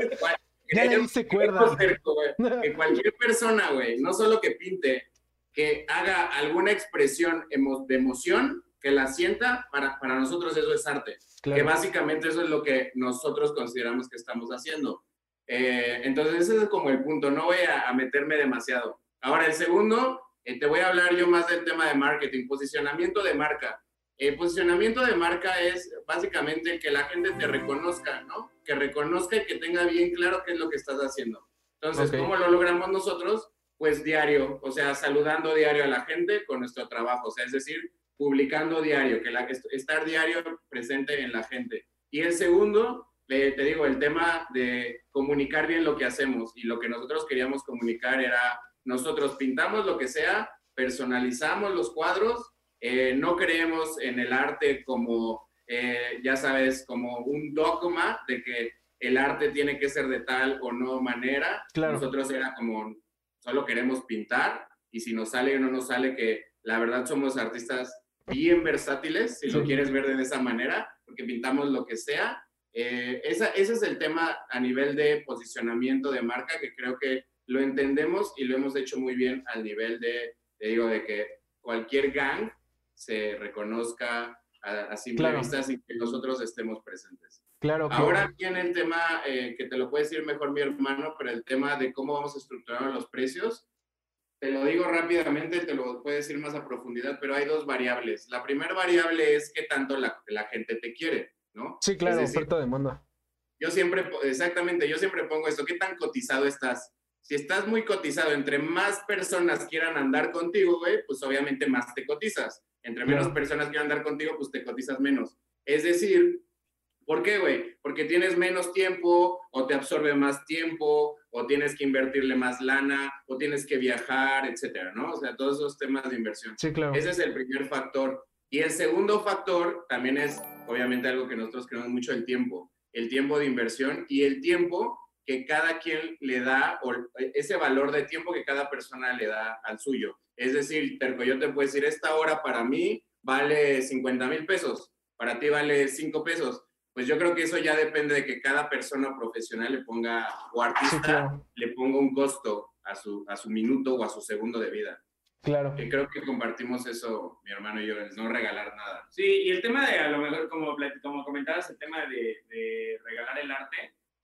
Ya le diste cuerda. Que cualquier persona, güey, no solo que pinte, que haga alguna expresión emo de emoción, que la sienta, para, para nosotros eso es arte. Claro. Que básicamente eso es lo que nosotros consideramos que estamos haciendo. Eh, entonces ese es como el punto, no voy a, a meterme demasiado. Ahora el segundo, eh, te voy a hablar yo más del tema de marketing, posicionamiento de marca. El posicionamiento de marca es básicamente que la gente te reconozca, ¿no? Que reconozca y que tenga bien claro qué es lo que estás haciendo. Entonces, okay. ¿cómo lo logramos nosotros? Pues diario, o sea, saludando diario a la gente con nuestro trabajo, o sea, es decir, publicando diario, que la, estar diario presente en la gente. Y el segundo, eh, te digo, el tema de comunicar bien lo que hacemos, y lo que nosotros queríamos comunicar era, nosotros pintamos lo que sea, personalizamos los cuadros, Eh, no creemos en el arte como, eh, ya sabes, como un dogma de que el arte tiene que ser de tal o no manera. Claro. Nosotros era como, solo queremos pintar y si nos sale o no nos sale, que la verdad somos artistas bien versátiles, si sí. lo quieres ver de esa manera, porque pintamos lo que sea. Eh, esa, ese es el tema a nivel de posicionamiento de marca, que creo que lo entendemos y lo hemos hecho muy bien al nivel de, te digo, de que cualquier gang se reconozca a, a simple claro. vista sin que nosotros estemos presentes. Claro, claro. Ahora viene el tema eh, que te lo puede decir mejor mi hermano, pero el tema de cómo vamos a estructurar los precios. Te lo digo rápidamente, te lo puedo decir más a profundidad, pero hay dos variables. La primera variable es qué tanto la, la gente te quiere, ¿no? Sí, claro, es decir, oferta demanda. Yo siempre, exactamente, yo siempre pongo esto, ¿qué tan cotizado estás? Si estás muy cotizado, entre más personas quieran andar contigo, güey, pues obviamente más te cotizas. Entre menos claro. personas quieran andar contigo, pues te cotizas menos. Es decir, ¿por qué, güey? Porque tienes menos tiempo, o te absorbe más tiempo, o tienes que invertirle más lana, o tienes que viajar, etcétera, ¿no? O sea, todos esos temas de inversión. Sí, claro. Ese es el primer factor. Y el segundo factor también es, obviamente, algo que nosotros creemos mucho, el tiempo. El tiempo de inversión y el tiempo que cada quien le da, o ese valor de tiempo que cada persona le da al suyo. Es decir, Terco, yo te puedo decir, esta hora para mí vale cincuenta mil pesos, para ti vale cinco pesos. Pues yo creo que eso ya depende de que cada persona profesional le ponga, o artista, sí, claro. le ponga un costo a su, a su minuto o a su segundo de vida. Claro. Que creo que compartimos eso, mi hermano y yo, el no regalar nada. Sí, y el tema de, a lo mejor, como, como comentabas, el tema de, de regalar el arte,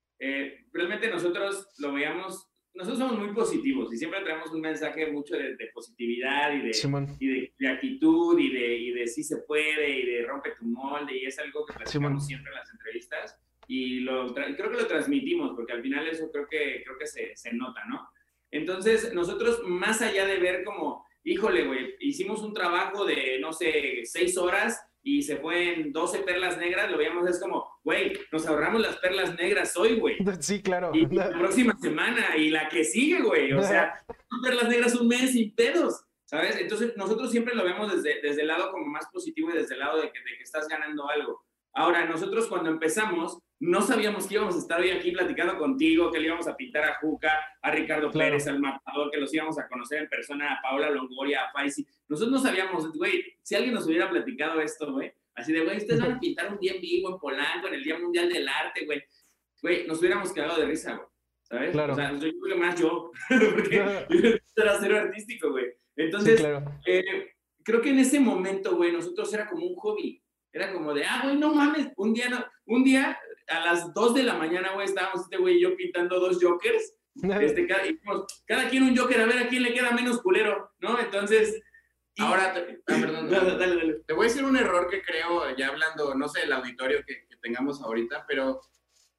Eh, realmente nosotros lo veíamos, nosotros somos muy positivos y siempre traemos un mensaje mucho de, de positividad y de, y de, de actitud y de, y de sí se puede y de rompe tu molde, y es algo que platicamos siempre en las entrevistas y lo, creo que lo transmitimos porque al final eso creo que, creo que se, se nota, ¿no? Entonces nosotros, más allá de ver como, híjole, güey, hicimos un trabajo de, no sé, seis horas y se fue en doce perlas negras, lo veíamos, es como, güey, nos ahorramos las perlas negras hoy, güey. Sí, claro. Y la próxima semana, y la que sigue, güey. O sea, perlas negras un mes sin pedos, ¿sabes? Entonces, nosotros siempre lo vemos desde, desde el lado como más positivo y desde el lado de que, de que estás ganando algo. Ahora, nosotros cuando empezamos, no sabíamos que íbamos a estar hoy aquí platicando contigo, que le íbamos a pintar a Juca, a Ricardo claro. Pérez, al Matador, que los íbamos a conocer en persona, a Paola Longoria, a Faisy. Nosotros no sabíamos, güey, si alguien nos hubiera platicado esto, güey, así de, güey, ustedes van a pintar un día en vivo en Polanco, en el Día Mundial del Arte, güey. Güey, nos hubiéramos quedado de risa, güey, ¿sabes? Claro. O sea, yo creo que más yo, porque yo era cero artístico, güey. Entonces, sí, claro. eh, creo que en ese momento, güey, nosotros era como un hobby. Era como de, ah, güey, no mames, un día, no, un día a las dos de la mañana, güey, estábamos este güey y yo pintando dos jokers. Este, cada, y, pues, cada quien un joker, a ver a quién le queda menos culero, ¿no? Entonces... Y... Ahora, te, ah, perdón, dale, dale, dale. Te voy a decir un error que creo, ya hablando, no sé, el auditorio que, que tengamos ahorita, pero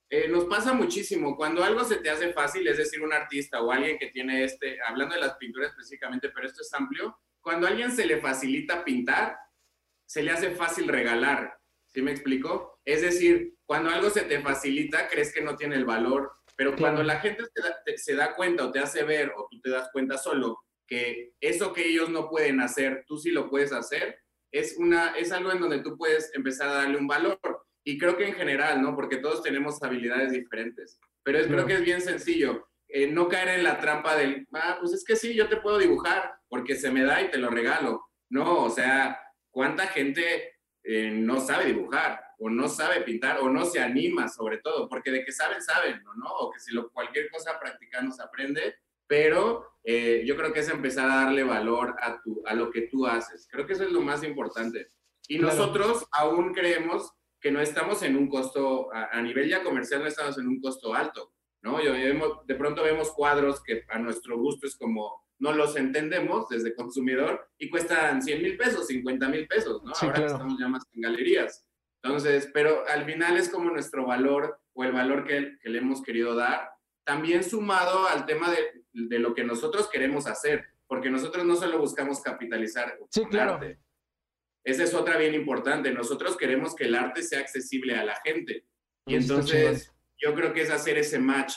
Eh, nos pasa muchísimo. Cuando algo se te hace fácil, es decir, un artista o alguien que tiene este, hablando de las pinturas específicamente, pero esto es amplio, cuando a alguien se le facilita pintar, se le hace fácil regalar. ¿Sí me explico? Es decir, cuando algo se te facilita, crees que no tiene el valor, pero claro, cuando la gente te da, te, se da cuenta o te hace ver, o tú te das cuenta solo, que eso que ellos no pueden hacer, tú sí lo puedes hacer, es, una, es algo en donde tú puedes empezar a darle un valor. Y creo que en general, ¿no? Porque todos tenemos habilidades diferentes. Pero es, creo que es bien sencillo. Eh, no caer en la trampa del, ah, pues es que sí, yo te puedo dibujar porque se me da y te lo regalo. No, o sea, ¿cuánta gente eh, no sabe dibujar? O no sabe pintar, o no se anima sobre todo. Porque de que saben, saben, ¿no? ¿no? O que si lo, cualquier cosa practicando se aprende. Pero eh, yo creo que es empezar a darle valor a, tu, a lo que tú haces. Creo que eso es lo más importante. Y claro, nosotros aún creemos que no estamos en un costo, a, a nivel ya comercial no estamos en un costo alto, ¿no? Yo, yo, de pronto vemos cuadros que a nuestro gusto es como, no los entendemos desde consumidor y cuestan cien mil pesos, cincuenta mil pesos, ¿no? Sí, ahora claro, estamos ya más en galerías. Entonces, pero al final es como nuestro valor o el valor que, que le hemos querido dar, también sumado al tema de, de lo que nosotros queremos hacer, porque nosotros no solo buscamos capitalizar sí, con claro, arte. Esa es otra bien importante. Nosotros queremos que el arte sea accesible a la gente. Y entonces yo creo que es hacer ese match.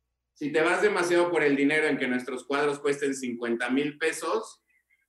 Si te vas demasiado por el dinero en que nuestros cuadros cuesten cincuenta mil pesos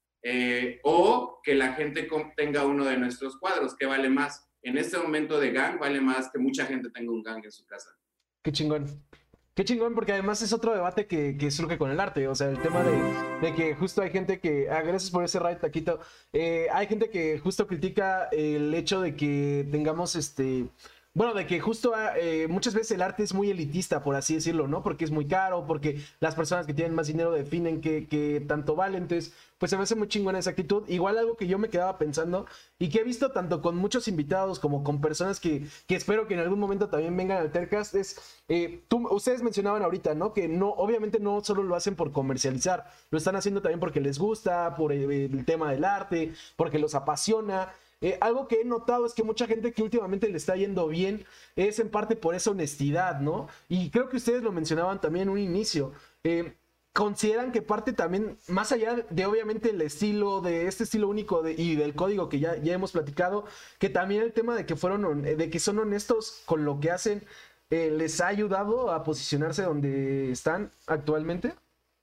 eh, o que la gente tenga uno de nuestros cuadros, ¿qué vale más? En este momento de gang vale más que mucha gente tenga un gang en su casa. Qué chingón. Qué chingón, porque además es otro debate que, que surge con el arte, o sea, el tema de, de que justo hay gente que, ah, gracias por ese raid, Taquito, eh, hay gente que justo critica el hecho de que tengamos este... Bueno, de que justo eh, muchas veces el arte es muy elitista, por así decirlo, ¿no? Porque es muy caro, porque las personas que tienen más dinero definen que, que tanto vale. Entonces, pues se me hace muy chingona esa actitud. Igual algo que yo me quedaba pensando y que he visto tanto con muchos invitados como con personas que, que espero que en algún momento también vengan al Tercast es, eh, tú, ustedes mencionaban ahorita, ¿no? Que no, obviamente no solo lo hacen por comercializar, lo están haciendo también porque les gusta, por el, el tema del arte, porque los apasiona. Eh, algo que he notado es que mucha gente que últimamente le está yendo bien es en parte por esa honestidad, ¿no? Y creo que ustedes lo mencionaban también en un inicio. Eh, ¿Consideran que parte también, más allá de, de obviamente el estilo, de este estilo único de, y del código que ya, ya hemos platicado, que también el tema de que, fueron, de que son honestos con lo que hacen, eh, les ha ayudado a posicionarse donde están actualmente?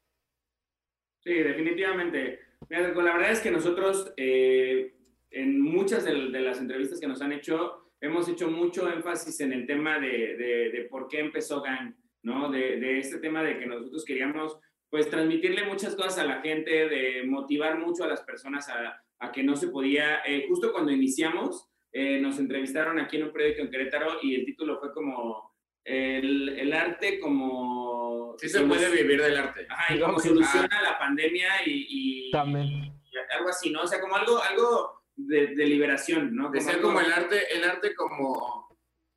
Sí, definitivamente. Mira, la verdad es que nosotros... Eh... en muchas de, de las entrevistas que nos han hecho, hemos hecho mucho énfasis en el tema de, de, de por qué empezó Gang, ¿no? De, de este tema de que nosotros queríamos, pues, transmitirle muchas cosas a la gente, de motivar mucho a las personas a, a que no se podía... Eh, justo cuando iniciamos, eh, nos entrevistaron aquí en un periódico en Querétaro y el título fue como el, el arte como... Sí se puede vivir del arte. Ajá, y cómo soluciona ah. la pandemia y, y, También. y algo así, ¿no? O sea, como algo... algo De, de liberación, ¿no? Como, algo, como el arte, el arte como,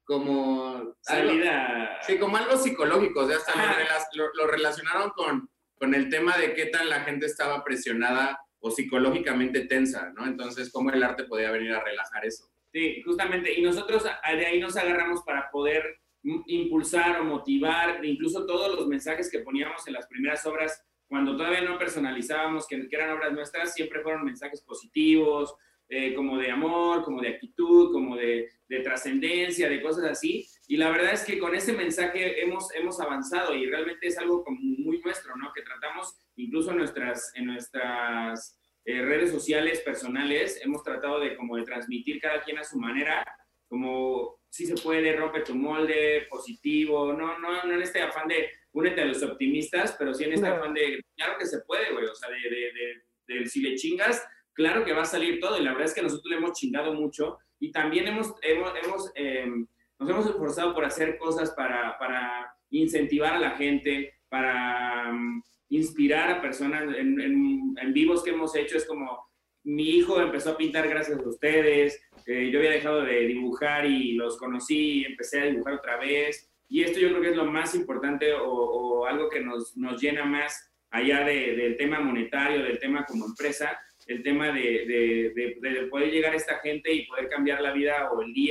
como salida. Algo, sí, como algo psicológico, o sea, hasta lo, lo, lo relacionaron con, con el tema de qué tan la gente estaba presionada o psicológicamente tensa, ¿no? Entonces, cómo el arte podía venir a relajar eso. Sí, justamente, y nosotros de ahí nos agarramos para poder impulsar o motivar, incluso todos los mensajes que poníamos en las primeras obras, cuando todavía no personalizábamos que, que eran obras nuestras, siempre fueron mensajes positivos, Eh, como de amor, como de actitud, como de, de trascendencia, de cosas así. Y la verdad es que con ese mensaje hemos, hemos avanzado y realmente es algo como muy nuestro, ¿no? Que tratamos incluso en nuestras, en nuestras eh, redes sociales personales, hemos tratado de como de transmitir cada quien a su manera, como si se puede, rompe tu molde, positivo, no, no, no en este afán de únete a los optimistas, pero sí en este no. afán de, claro que se puede, güey, o sea, de, de, de, de si le chingas, claro que va a salir todo, y la verdad es que nosotros le hemos chingado mucho, y también hemos, hemos, hemos eh, nos hemos esforzado por hacer cosas para, para incentivar a la gente, para um, inspirar a personas en, en, en vivos que hemos hecho. Es como, mi hijo empezó a pintar gracias a ustedes, eh, yo había dejado de dibujar y los conocí y empecé a dibujar otra vez, y esto yo creo que es lo más importante o, o algo que nos, nos llena más allá de, del tema monetario, del tema como empresa, el tema de, de, de, de poder llegar a esta gente y poder cambiar la vida o el día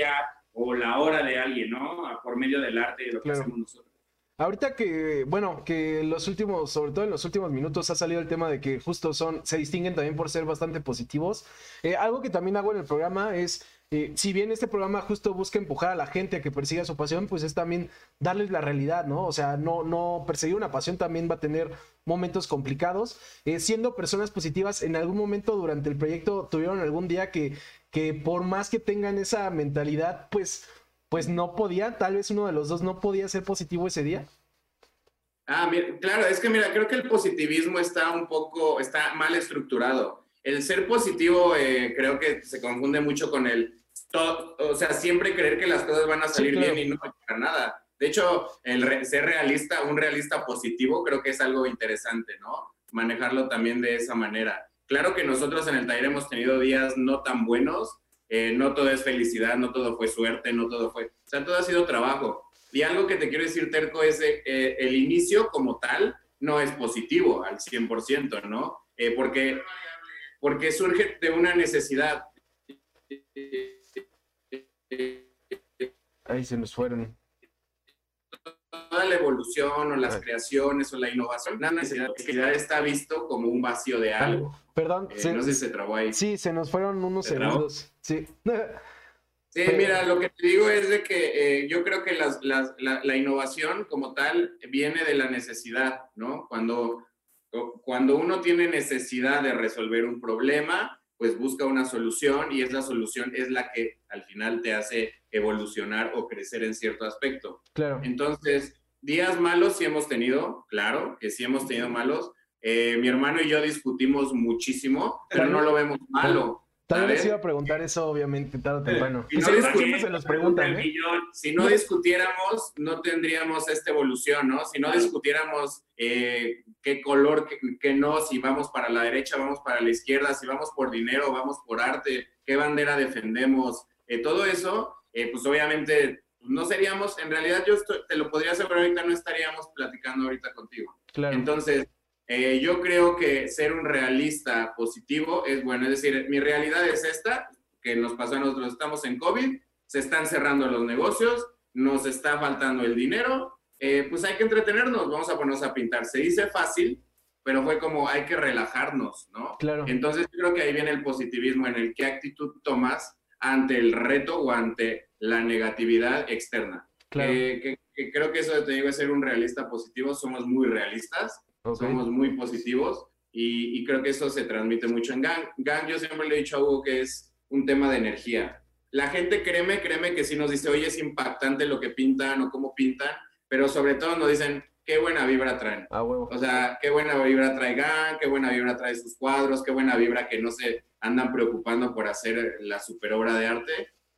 o la hora de alguien, ¿no? Por medio del arte y de lo que claro. hacemos nosotros. Ahorita que, bueno, que los últimos, sobre todo en los últimos minutos ha salido el tema de que justo son, se distinguen también por ser bastante positivos. Eh, algo que también hago en el programa es, eh, si bien este programa justo busca empujar a la gente a que persiga su pasión, pues es también darles la realidad, ¿no? O sea, no, no perseguir una pasión también va a tener momentos complicados. Eh, siendo personas positivas, en algún momento durante el proyecto tuvieron algún día que, que por más que tengan esa mentalidad, pues... pues no podía, tal vez uno de los dos no podía ser positivo ese día. Ah, mira, claro, es que mira, creo que el positivismo está un poco, está mal estructurado. El ser positivo eh, creo que se confunde mucho con el, to, o sea, siempre creer que las cosas van a salir sí, claro. bien y no para nada. De hecho, el re, ser realista, un realista positivo, creo que es algo interesante, ¿no? Manejarlo también de esa manera. Claro que nosotros en el taller hemos tenido días no tan buenos, Eh, no todo es felicidad, no todo fue suerte, no todo fue... O sea, todo ha sido trabajo. Y algo que te quiero decir, Terco, es eh, el inicio como tal no es positivo al cien por ciento, ¿no? Eh, porque, porque surge de una necesidad. Ahí se nos fueron. Toda la evolución o las Ay. creaciones o la innovación, la necesidad que ya está visto como un vacío de algo. Perdón. Eh, se, no sé si se trabó ahí. Sí, se nos fueron unos segundos. Sí. Sí, Pero... mira, lo que te digo es de que eh, yo creo que las, las, la, la innovación como tal viene de la necesidad, ¿no? Cuando, cuando uno tiene necesidad de resolver un problema, pues busca una solución y esa solución es la que al final te hace evolucionar o crecer en cierto aspecto. Claro. Entonces, días malos sí hemos tenido, claro, que sí hemos tenido malos. Eh, mi hermano y yo discutimos muchísimo, pero no lo vemos malo. Tal vez iba a preguntar eso, obviamente, tarde o temprano. Si, no discutimos, se nos preguntan, ¿eh? Si no discutiéramos, no tendríamos esta evolución, ¿no? Si no discutiéramos eh, qué color, qué, qué no, si vamos para la derecha, vamos para la izquierda, si vamos por dinero, vamos por arte, qué bandera defendemos, eh, todo eso, eh, pues obviamente no seríamos, en realidad yo estoy, te lo podría asegurar ahorita, no estaríamos platicando ahorita contigo. Claro. Entonces, Eh, yo creo que ser un realista positivo es bueno. Es decir, mi realidad es esta, que nos pasó a nosotros. Estamos en COVID, se están cerrando los negocios, nos está faltando el dinero, eh, pues hay que entretenernos, vamos a ponernos a pintar. Se dice fácil, pero fue como hay que relajarnos, ¿no? Claro. Entonces yo creo que ahí viene el positivismo, en el qué actitud tomas ante el reto o ante la negatividad externa. Claro. Eh, que, que creo que eso te digo es ser un realista positivo, somos muy realistas. Okay. Somos muy positivos y, y creo que eso se transmite mucho en Gang. Gang, yo siempre le he dicho a Hugo que es un tema de energía. La gente, créeme, créeme que sí nos dice, oye, es impactante lo que pintan o cómo pintan, pero sobre todo nos dicen, qué buena vibra traen. Ah, huevo. O sea, qué buena vibra trae Gang, qué buena vibra trae sus cuadros, qué buena vibra que no se andan preocupando por hacer la super obra de arte.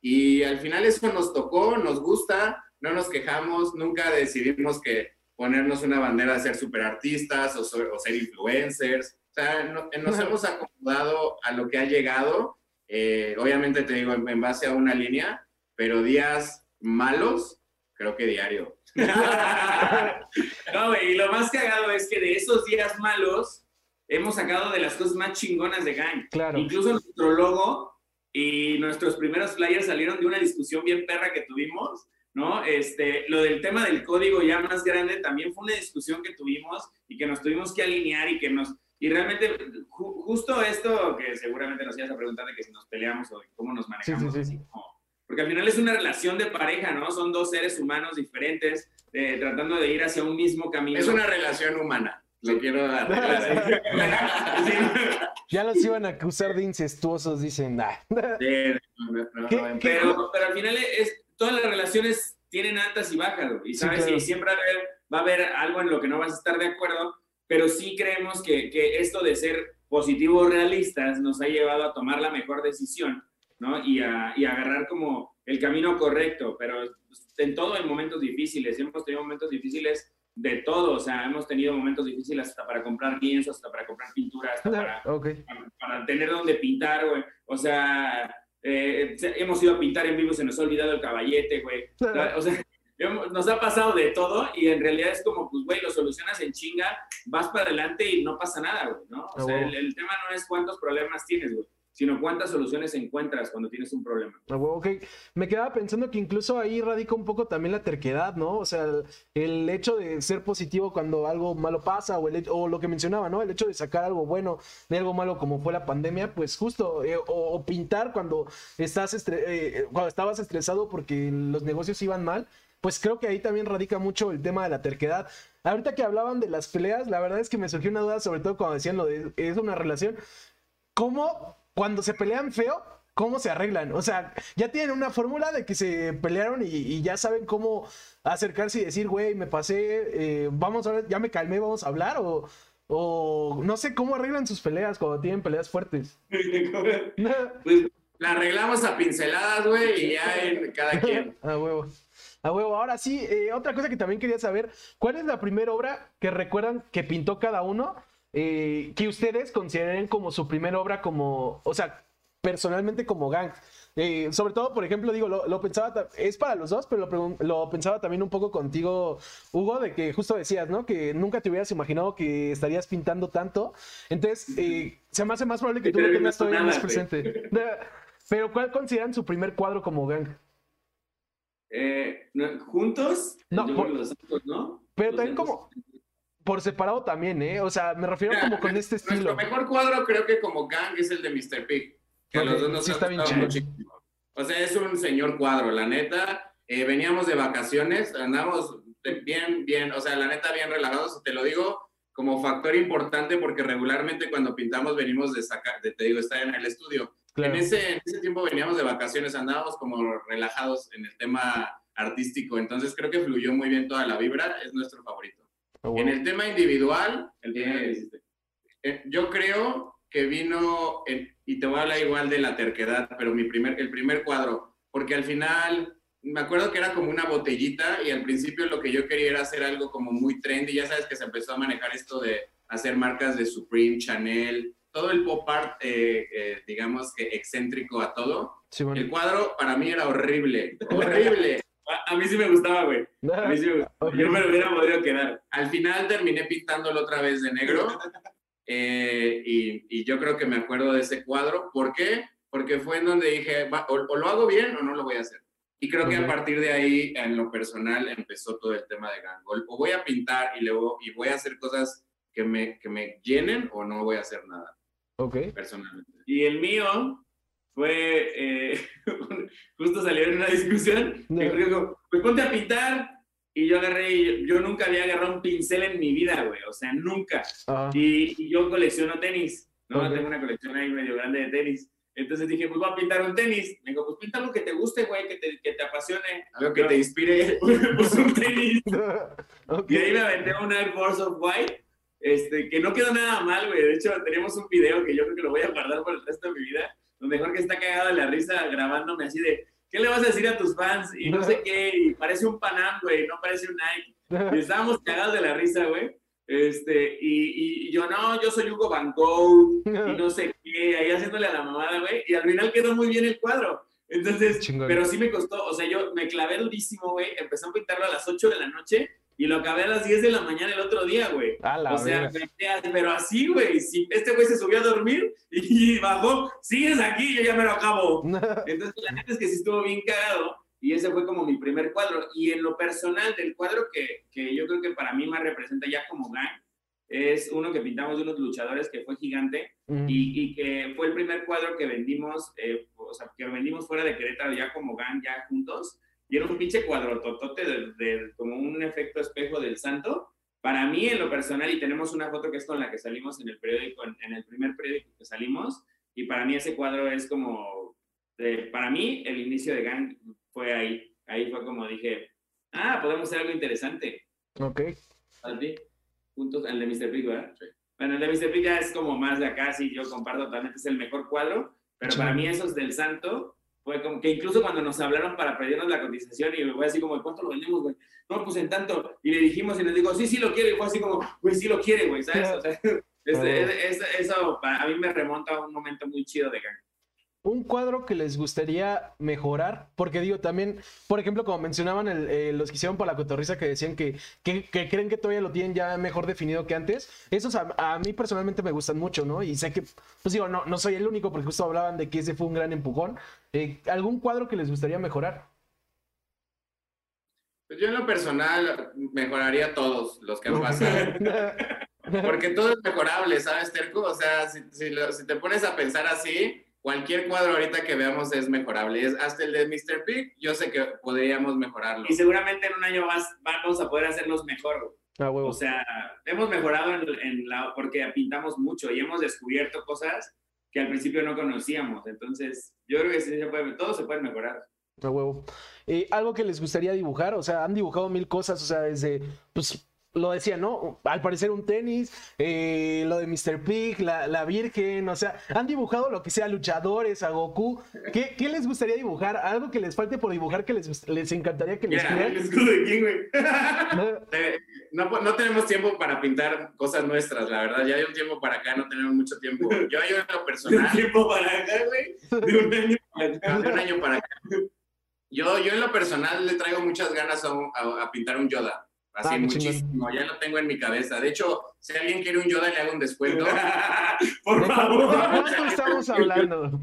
Y al final eso nos tocó, nos gusta, no nos quejamos, nunca decidimos que ponernos una bandera de ser superartistas o, o ser influencers. O sea, no, nos hemos acomodado a lo que ha llegado. Eh, obviamente te digo, en, en base a una línea, pero días malos, creo que diario. No, güey, y lo más cagado es que de esos días malos hemos sacado de las cosas más chingonas de Gang. Claro. Incluso nuestro logo y nuestros primeros flyers salieron de una discusión bien perra que tuvimos, ¿no? Este, lo del tema del código ya más grande también fue una discusión que tuvimos y que nos tuvimos que alinear y que nos... Y realmente, ju, justo esto que seguramente nos ibas a preguntar de que si nos peleamos o de cómo nos manejamos. Sí, sí, sí. Así, ¿no? Porque al final es una relación de pareja, ¿no? Son dos seres humanos diferentes eh, tratando de ir hacia un mismo camino. Es una relación humana. Lo quiero dar. Ya los iban a acusar de incestuosos, dicen. Nah. Sí, no, no, no, ¿Qué, no, pero, pero al final es, todas las relaciones tienen altas y bajas, y sabes, sí, claro. Y siempre va a, haber, va a haber algo en lo que no vas a estar de acuerdo, pero sí creemos que, que esto de ser positivos realistas nos ha llevado a tomar la mejor decisión, ¿no? Y a, y a agarrar como el camino correcto, pero en todo hay momentos difíciles, hemos tenido momentos difíciles de todo, o sea, hemos tenido momentos difíciles hasta para comprar lienzo, hasta para comprar pintura, hasta para, okay. para, para tener donde pintar, güey. O sea, eh, hemos ido a pintar en vivo, se nos ha olvidado el caballete, güey. O sea, nos ha pasado de todo y en realidad es como, pues, güey, lo solucionas en chinga, vas para adelante y no pasa nada, güey, ¿no? O sea, el, el tema no es cuántos problemas tienes, güey. sino cuántas soluciones encuentras cuando tienes un problema. Ah, bueno, ok. Me quedaba pensando que incluso ahí radica un poco también la terquedad, ¿no? O sea, el, el hecho de ser positivo cuando algo malo pasa, o, el, o lo que mencionaba, ¿no? El hecho de sacar algo bueno de algo malo como fue la pandemia, pues justo, eh, o, o pintar cuando estás estre- eh, cuando estabas estresado porque los negocios iban mal, pues creo que ahí también radica mucho el tema de la terquedad. Ahorita que hablaban de las peleas, la verdad es que me surgió una duda, sobre todo cuando decían lo de es una relación. ¿Cómo, cuando se pelean feo, cómo se arreglan? O sea, ya tienen una fórmula de que se pelearon y, y ya saben cómo acercarse y decir, güey, me pasé, eh, vamos a ver, ya me calmé, vamos a hablar, o, o no sé cómo arreglan sus peleas cuando tienen peleas fuertes. Pues la arreglamos a pinceladas, güey, y ya en cada quien. A huevo. A huevo. Ahora sí, eh, otra cosa que también quería saber, ¿cuál es la primera obra que recuerdan que pintó cada uno? Eh, que ustedes consideren como su primera obra como, o sea, personalmente como gang. Eh, sobre todo, por ejemplo, digo, lo, lo pensaba, es para los dos, pero lo, lo pensaba también un poco contigo, Hugo, de que justo decías, ¿no? Que nunca te hubieras imaginado que estarías pintando tanto. Entonces, eh, se me hace más probable que tú lo tengas todavía más presente. Pero, ¿cuál consideran su primer cuadro como gang? Eh, ¿Juntos? No, Yo por, creo que los santos, ¿no? Pero los también santos. como... Por separado también, ¿eh? O sea, me refiero como con este estilo. Nuestro mejor cuadro creo que como gang es el de mister Pig. Que okay, a los dos nos sí ha está bien muchísimo. O sea, es un señor cuadro, la neta. Eh, veníamos de vacaciones, andamos bien, bien, o sea, la neta bien relajados. Te lo digo como factor importante porque regularmente cuando pintamos venimos de sacar, de, te digo, estar en el estudio. Claro. En, ese, en ese tiempo veníamos de vacaciones, andábamos como relajados en el tema artístico. Entonces creo que fluyó muy bien toda la vibra, es nuestro favorito. Oh, wow. En el tema individual, el eh, eh, yo creo que vino, el, y te voy a hablar igual de la terquedad, pero mi primer, el primer cuadro, porque al final, me acuerdo que era como una botellita y al principio lo que yo quería era hacer algo como muy trendy, ya sabes que se empezó a manejar esto de hacer marcas de Supreme, Chanel, todo el pop art, eh, eh, digamos que excéntrico a todo. Sí, bueno. El cuadro para mí era horrible, horrible. A, a mí sí me gustaba, güey. A mí sí me gustaba. Okay. Yo me lo hubiera podido quedar. Al final terminé pintándolo otra vez de negro. eh, y, y yo creo que me acuerdo de ese cuadro. ¿Por qué? Porque fue en donde dije, va, o, o lo hago bien o no lo voy a hacer. Y creo okay. que a partir de ahí, en lo personal, empezó todo el tema de Gangol. O voy a pintar y, luego, y voy a hacer cosas que me, que me llenen o no voy a hacer nada. Ok. Personalmente. Y el mío... fue, eh, justo salió en una discusión, no. que dijo, pues ponte a pintar, y yo agarré, y yo nunca había agarrado un pincel en mi vida, güey, o sea, nunca, uh-huh. y, y yo colecciono tenis, ¿no? Okay. Tengo una colección ahí medio grande de tenis, entonces dije, pues voy a pintar un tenis, me dijo, pues pinta algo que te guste, güey, que te, que te apasione, algo que te inspire, pues un tenis, okay. Y ahí me aventé una Air Force of White, este, que no quedó nada mal, güey, de hecho tenemos un video que yo creo que lo voy a guardar por el resto de mi vida, lo mejor que está cagado de la risa grabándome así de, ¿qué le vas a decir a tus fans? Y no sé qué, y parece un Panam, güey, no parece un Nike. Y estábamos cagados de la risa, güey. Este, y, y yo, no, yo soy Hugo Van Gogh, y no sé qué, ahí haciéndole a la mamada, güey. Y al final quedó muy bien el cuadro. Entonces, chingón. Pero sí me costó, o sea, yo me clavé durísimo, güey. Empecé a pintarlo a las ocho de la noche. Y lo acabé a las diez de la mañana el otro día, güey. O sea, me, pero así, güey. Si este güey se subió a dormir y bajó, sigues aquí, yo ya me lo acabo. Entonces, la neta es que sí estuvo bien cagado. Y ese fue como mi primer cuadro. Y en lo personal, del cuadro que, que yo creo que para mí más representa ya como gang, es uno que pintamos de unos luchadores que fue gigante. Mm. Y, y que fue el primer cuadro que vendimos, eh, o sea, que vendimos fuera de Querétaro ya como gang, ya juntos. Y era un pinche cuadrototote de, de, como un efecto espejo del santo. Para mí, en lo personal, y tenemos una foto que es con la que salimos en el periódico, en, en el primer periódico que salimos, y para mí ese cuadro es como, de, para mí, el inicio de gang fue ahí. Ahí fue como dije, ah, podemos hacer algo interesante. Ok. ¿A ti? Juntos, el de mister Pig, ¿verdad? Sí. Bueno, el de mister Pig ya es como más de acá, sí, yo comparto totalmente, es el mejor cuadro, pero sí. Para mí esos del santo... fue como que incluso cuando nos hablaron para pedirnos la cotización y fue así como, ¿cuánto lo vendemos, güey? No, pues en tanto. Y le dijimos y nos dijo, sí, sí lo quiere. Y fue así como, güey, sí lo quiere, güey, ¿sabes? O sea, es, es, es, eso para, a mí me remonta a un momento muy chido de gang. un cuadro que les gustaría mejorar, porque digo, también, por ejemplo, como mencionaban el, eh, los que hicieron para la cotorriza que decían que, que, que creen que todavía lo tienen ya mejor definido que antes, esos a, a mí personalmente me gustan mucho, ¿no? Y sé que, pues digo, no, no soy el único, porque justo hablaban de que ese fue un gran empujón. Eh, ¿algún cuadro que les gustaría mejorar? Pues yo en lo personal mejoraría todos los que han pasado. Porque todo es mejorable, ¿sabes, Terco? O sea, si, si, lo, si te pones a pensar así, cualquier cuadro ahorita que veamos es mejorable. Es, hasta el de míster Pig, yo sé que podríamos mejorarlo. Y seguramente en un año más vamos a poder hacerlos mejor. Ah, huevo. O sea, hemos mejorado en, en la, porque pintamos mucho y hemos descubierto cosas que al principio no conocíamos. Entonces, yo creo que sí se puede, todo se puede mejorar. A huevo. Eh, algo que les gustaría dibujar, o sea, han dibujado mil cosas, o sea, desde, pues, lo decía, ¿no? Al parecer un tenis, eh, lo de míster Pig, la, la Virgen, o sea, han dibujado lo que sea, luchadores, a Goku. ¿Qué, qué les gustaría dibujar? Algo que les falte por dibujar que les, les encantaría que les Mira, el escudo de quién, güey. no, no tenemos tiempo para pintar cosas nuestras, la verdad. Ya hay un tiempo para acá, no tenemos mucho tiempo. Yo, yo en lo personal... ¿De tiempo para acá, güey? De un año para acá. De un año para acá. Yo, yo en lo personal le traigo muchas ganas a, a, a pintar un Yoda. Así, ah, muchísimo. Ya lo tengo en mi cabeza. De hecho, si alguien quiere un Yoda, le hago un descuento. Por favor. ¿De cuánto estamos hablando?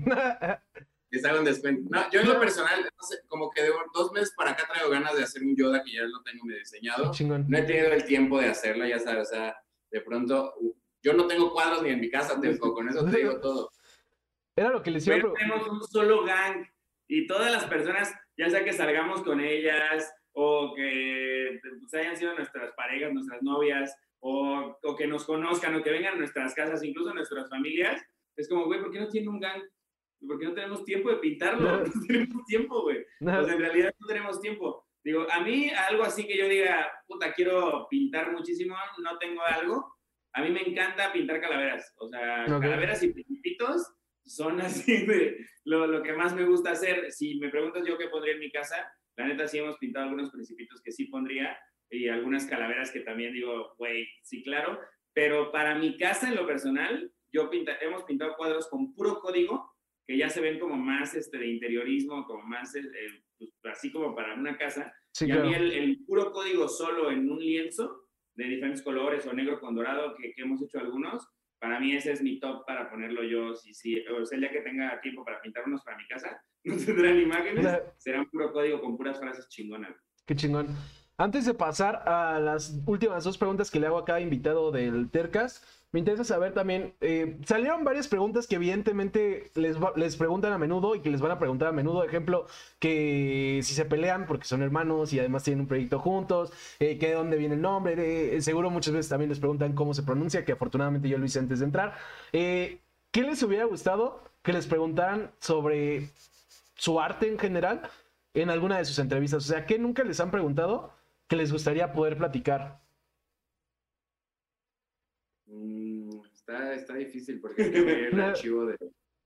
Les hago un descuento. No, yo en lo personal, no sé, como que de dos meses para acá traigo ganas de hacer un Yoda que ya lo tengo medio diseñado. Chingón. No he tenido el tiempo de hacerlo, ya sabes. O sea, de pronto, yo no tengo cuadros ni en mi casa, tengo, con eso te digo todo. Era lo que les iba a preguntar. Tenemos un solo gang y todas las personas, ya sea que salgamos con ellas o que pues, hayan sido nuestras parejas, nuestras novias, o, o que nos conozcan, o que vengan a nuestras casas, incluso nuestras familias, es como, güey, ¿por qué no tiene un gang? ¿Por qué no tenemos tiempo de pintarlo? No, no tenemos tiempo, güey. No. Pues en realidad no tenemos tiempo. Digo, a mí algo así que yo diga, puta, quiero pintar muchísimo, no tengo algo. A mí me encanta pintar calaveras. O sea, okay. Calaveras y principitos son así de lo, lo que más me gusta hacer. Si me preguntas yo qué pondría en mi casa, la neta sí hemos pintado algunos principitos que sí pondría y algunas calaveras que también digo, güey, sí, claro. Pero para mi casa, en lo personal, yo pinta, hemos pintado cuadros con puro código que ya se ven como más este, de interiorismo, como más, eh, pues, así como para una casa. Sí, y a claro. mí el, el puro código solo en un lienzo de diferentes colores o negro con dorado que, que hemos hecho algunos, para mí ese es mi top para ponerlo yo. Si, si, o sea, el día que tenga tiempo para pintar unos para mi casa, no tendrán imágenes, la... serán puro código con puras frases chingonas. Qué chingón. Antes de pasar a las últimas dos preguntas que le hago a cada invitado del Tercast, me interesa saber también, eh, salieron varias preguntas que evidentemente les, va, les preguntan a menudo y que les van a preguntar a menudo. Ejemplo, que si se pelean porque son hermanos y además tienen un proyecto juntos, eh, que de dónde viene el nombre, de, seguro muchas veces también les preguntan cómo se pronuncia, que afortunadamente yo lo hice antes de entrar. Eh, ¿Qué les hubiera gustado que les preguntaran sobre su arte en general en alguna de sus entrevistas? O sea, ¿qué nunca les han preguntado que les gustaría poder platicar? Mm, está, está difícil porque hay que ver el archivo de...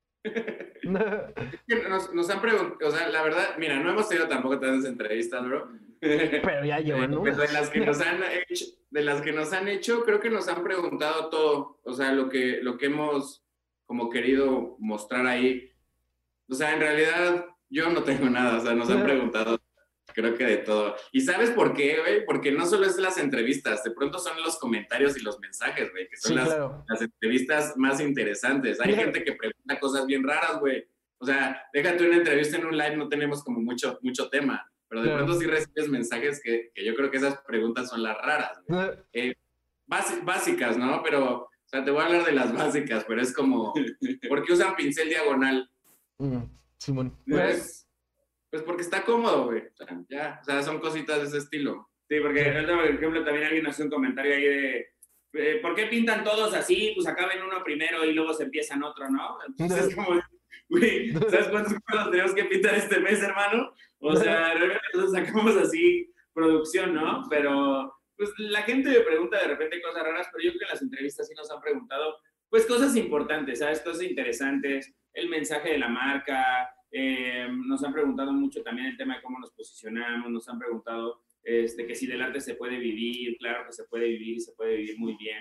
nos, nos han preguntado, o sea, la verdad, mira, no hemos tenido tampoco tantas entrevistas, bro. Pero ya llevan, ¿no? Pero de las que nos han hecho, de las que nos han hecho, creo que nos han preguntado todo, o sea, lo que, lo que hemos como querido mostrar ahí. O sea, en realidad yo no tengo nada, o sea, nos han preguntado creo que de todo. ¿Y sabes por qué, güey? Porque no solo es las entrevistas, de pronto son los comentarios y los mensajes, güey, que son sí, las, claro. las entrevistas más interesantes. Hay gente que pregunta cosas bien raras, güey. O sea, déjate una entrevista en un live, no tenemos como mucho, mucho tema, pero de claro. pronto sí recibes mensajes que, que yo creo que esas preguntas son las raras, güey. Eh, bás, básicas, ¿no? Pero, o sea, te voy a hablar de las básicas, pero es como, ¿por qué usan pincel diagonal? Mm, Simón. Pues... Pues porque está cómodo, güey. O sea, ya, o sea, son cositas de ese estilo. Sí, porque, por ejemplo, también alguien hace un comentario ahí de eh, ¿por qué pintan todos así? Pues acaben uno primero y luego se empiezan otro, ¿no? Entonces es como, güey, ¿sabes cuántos cuadros tenemos que pintar este mes, hermano? O sea, realmente nosotros sacamos así producción, ¿no? Pero, pues, la gente me pregunta de repente cosas raras, pero yo creo que en las entrevistas sí nos han preguntado, pues, cosas importantes, ¿sabes? Cosas interesantes, el mensaje de la marca. Eh, nos han preguntado mucho también el tema de cómo nos posicionamos, nos han preguntado este, que si del arte se puede vivir, claro que se puede vivir y se puede vivir muy bien.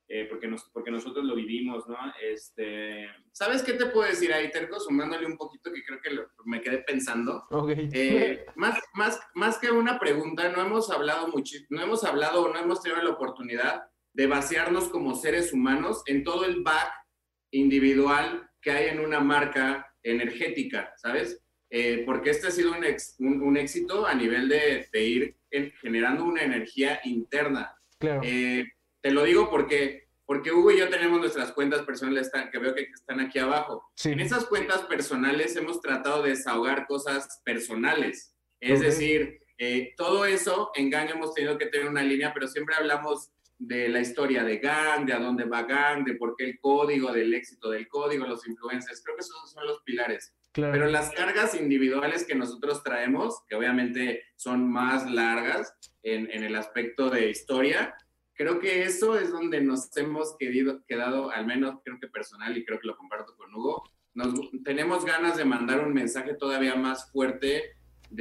eh, porque, nos, porque nosotros lo vivimos, ¿no? Este... ¿Sabes qué te puedo decir ahí, Terco? Sumándole un poquito que creo que lo, me quedé pensando. Okay. Eh, más, más, más que una pregunta, no hemos hablado mucho, no hemos hablado o no hemos tenido la oportunidad de vaciarnos como seres humanos en todo el back individual que hay en una marca energética, ¿sabes? Eh, porque este ha sido un, ex, un, un éxito a nivel de, de ir en, generando una energía interna. Claro. Eh, te lo digo porque, porque Hugo y yo tenemos nuestras cuentas personales que veo que están aquí abajo. Sí. En esas cuentas personales hemos tratado de desahogar cosas personales. Es okay. decir, eh, todo eso en Gang hemos tenido que tener una línea, pero siempre hablamos de la historia de Gang, de a dónde va Gang, de por qué el código, del éxito del código, los influencers. Creo que esos son los pilares. Claro. Pero las cargas individuales que nosotros traemos, que obviamente son más largas en, en el aspecto de historia, creo que eso es donde nos hemos querido, quedado, al menos creo que personal, y creo que lo comparto con Hugo, nos, tenemos ganas de mandar un mensaje todavía más fuerte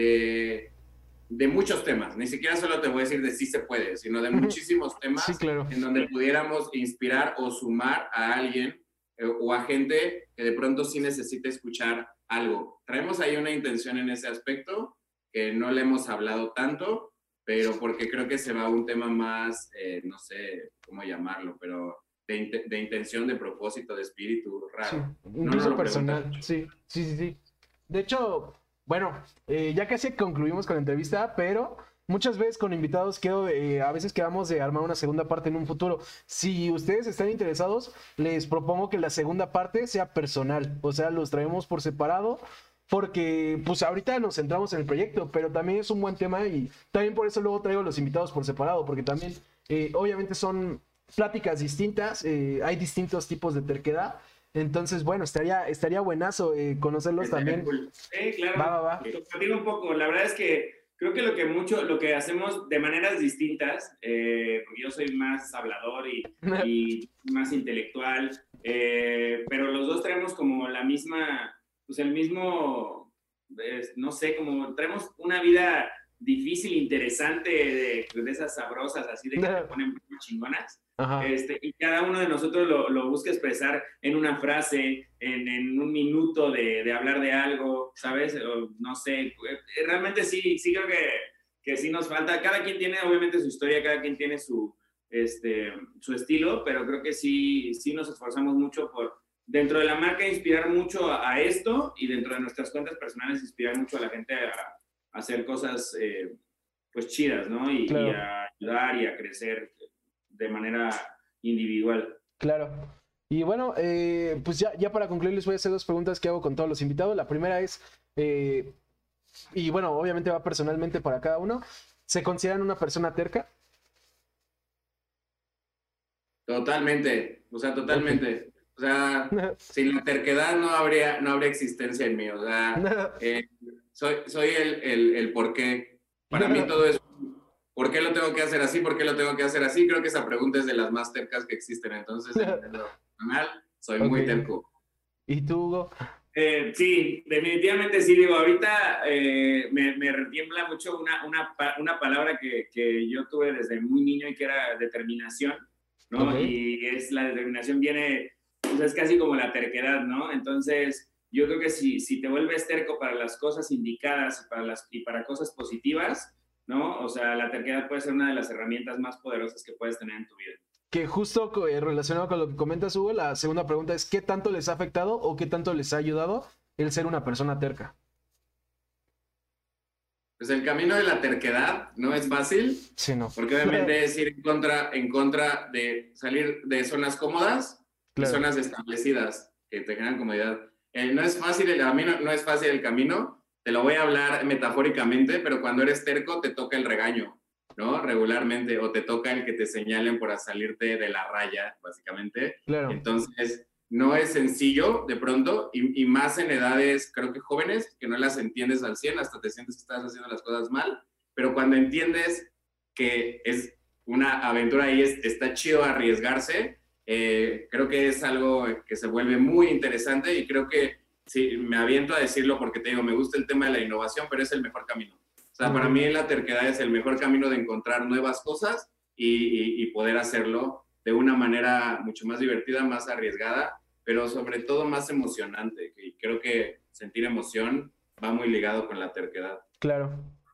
de, de muchos temas. Ni siquiera solo te voy a decir de sí se puede, sino de muchísimos temas sí, claro. en donde pudiéramos inspirar o sumar a alguien eh, o a gente que de pronto sí necesita escuchar algo. Traemos ahí una intención en ese aspecto que no le hemos hablado tanto, pero porque creo que se va a un tema más, eh, no sé cómo llamarlo, pero de, de intención, de propósito, de espíritu raro. Sí, incluso no personal, sí, sí, sí, sí. De hecho, bueno, eh, ya casi concluimos con la entrevista, pero muchas veces con invitados quedo, eh, a veces quedamos de armar una segunda parte en un futuro. Si ustedes están interesados, les propongo que la segunda parte sea personal, o sea, los traemos por separado, porque pues ahorita nos centramos en el proyecto, pero también es un buen tema y también por eso luego traigo los invitados por separado, porque también eh, obviamente son pláticas distintas, eh, hay distintos tipos de terquedad, entonces bueno, estaría, estaría buenazo eh, conocerlos Está también. Cool. Sí, claro, va, va, va. Compartir un poco, la verdad es que creo que lo que mucho, lo que hacemos de maneras distintas, eh, porque yo soy más hablador y, y más intelectual, eh, pero los dos traemos como la misma... pues el mismo, eh, no sé, como traemos una vida difícil, interesante, de, de esas sabrosas, así de que te ponen muy chingonas. Este, y cada uno de nosotros lo, lo busca expresar en una frase, en, en un minuto de, de hablar de algo, ¿sabes? O, no sé, realmente sí, sí creo que, que sí nos falta. Cada quien tiene obviamente su historia, cada quien tiene su, este, su estilo, pero creo que sí, sí nos esforzamos mucho por dentro de la marca inspirar mucho a, a esto y dentro de nuestras cuentas personales inspirar mucho a la gente a, a hacer cosas eh, pues chidas, ¿no? Y, claro. y a ayudar y a crecer de manera individual. Claro. Y bueno, eh, pues ya, ya para concluir les voy a hacer dos preguntas que hago con todos los invitados. La primera es, eh, y bueno, obviamente va personalmente para cada uno, ¿se consideran una persona terca? Totalmente, o sea, totalmente. Okay. O sea, sin la terquedad no habría, no habría existencia en mí. O sea, eh, soy, soy el, el, el por qué. Para mí todo es, ¿por qué lo tengo que hacer así? ¿Por qué lo tengo que hacer así? Creo que esa pregunta es de las más tercas que existen. Entonces, en lo personal, soy okay. muy terco. ¿Y tú, Hugo? Eh, sí, definitivamente sí. Digo, ahorita eh, me, me retiembla mucho una, una, una palabra que, que yo tuve desde muy niño y que era determinación, ¿no? Okay. Y es la determinación viene... Pues es casi como la terquedad, ¿no? Entonces, yo creo que si, si te vuelves terco para las cosas indicadas para las, y para cosas positivas, ¿no? O sea, la terquedad puede ser una de las herramientas más poderosas que puedes tener en tu vida. Que justo eh, relacionado con lo que comentas, Hugo, la segunda pregunta es, ¿qué tanto les ha afectado o qué tanto les ha ayudado el ser una persona terca? Pues el camino de la terquedad no es fácil. Sí, no. Porque obviamente es ir en contra, en contra de salir de zonas cómodas. Claro. Zonas establecidas que te generan comodidad. Eh, no es fácil el camino, no es fácil el camino, te lo voy a hablar metafóricamente, pero cuando eres terco te toca el regaño, ¿no? Regularmente, o te toca el que te señalen por salirte de la raya, básicamente. Claro. Entonces, no es sencillo de pronto, y, y más en edades, creo que jóvenes, que no las entiendes al cien, hasta te sientes que estás haciendo las cosas mal, pero cuando entiendes que es una aventura y es, está chido arriesgarse, Eh, creo que es algo que se vuelve muy interesante y creo que sí, me aviento a decirlo porque te digo, me gusta el tema de la innovación, pero es el mejor camino. O sea, para mí la terquedad es el mejor camino de encontrar nuevas cosas y, y, y poder hacerlo de una manera mucho más divertida, más arriesgada, pero sobre todo más emocionante. Y creo que sentir emoción va muy ligado con la terquedad. Claro.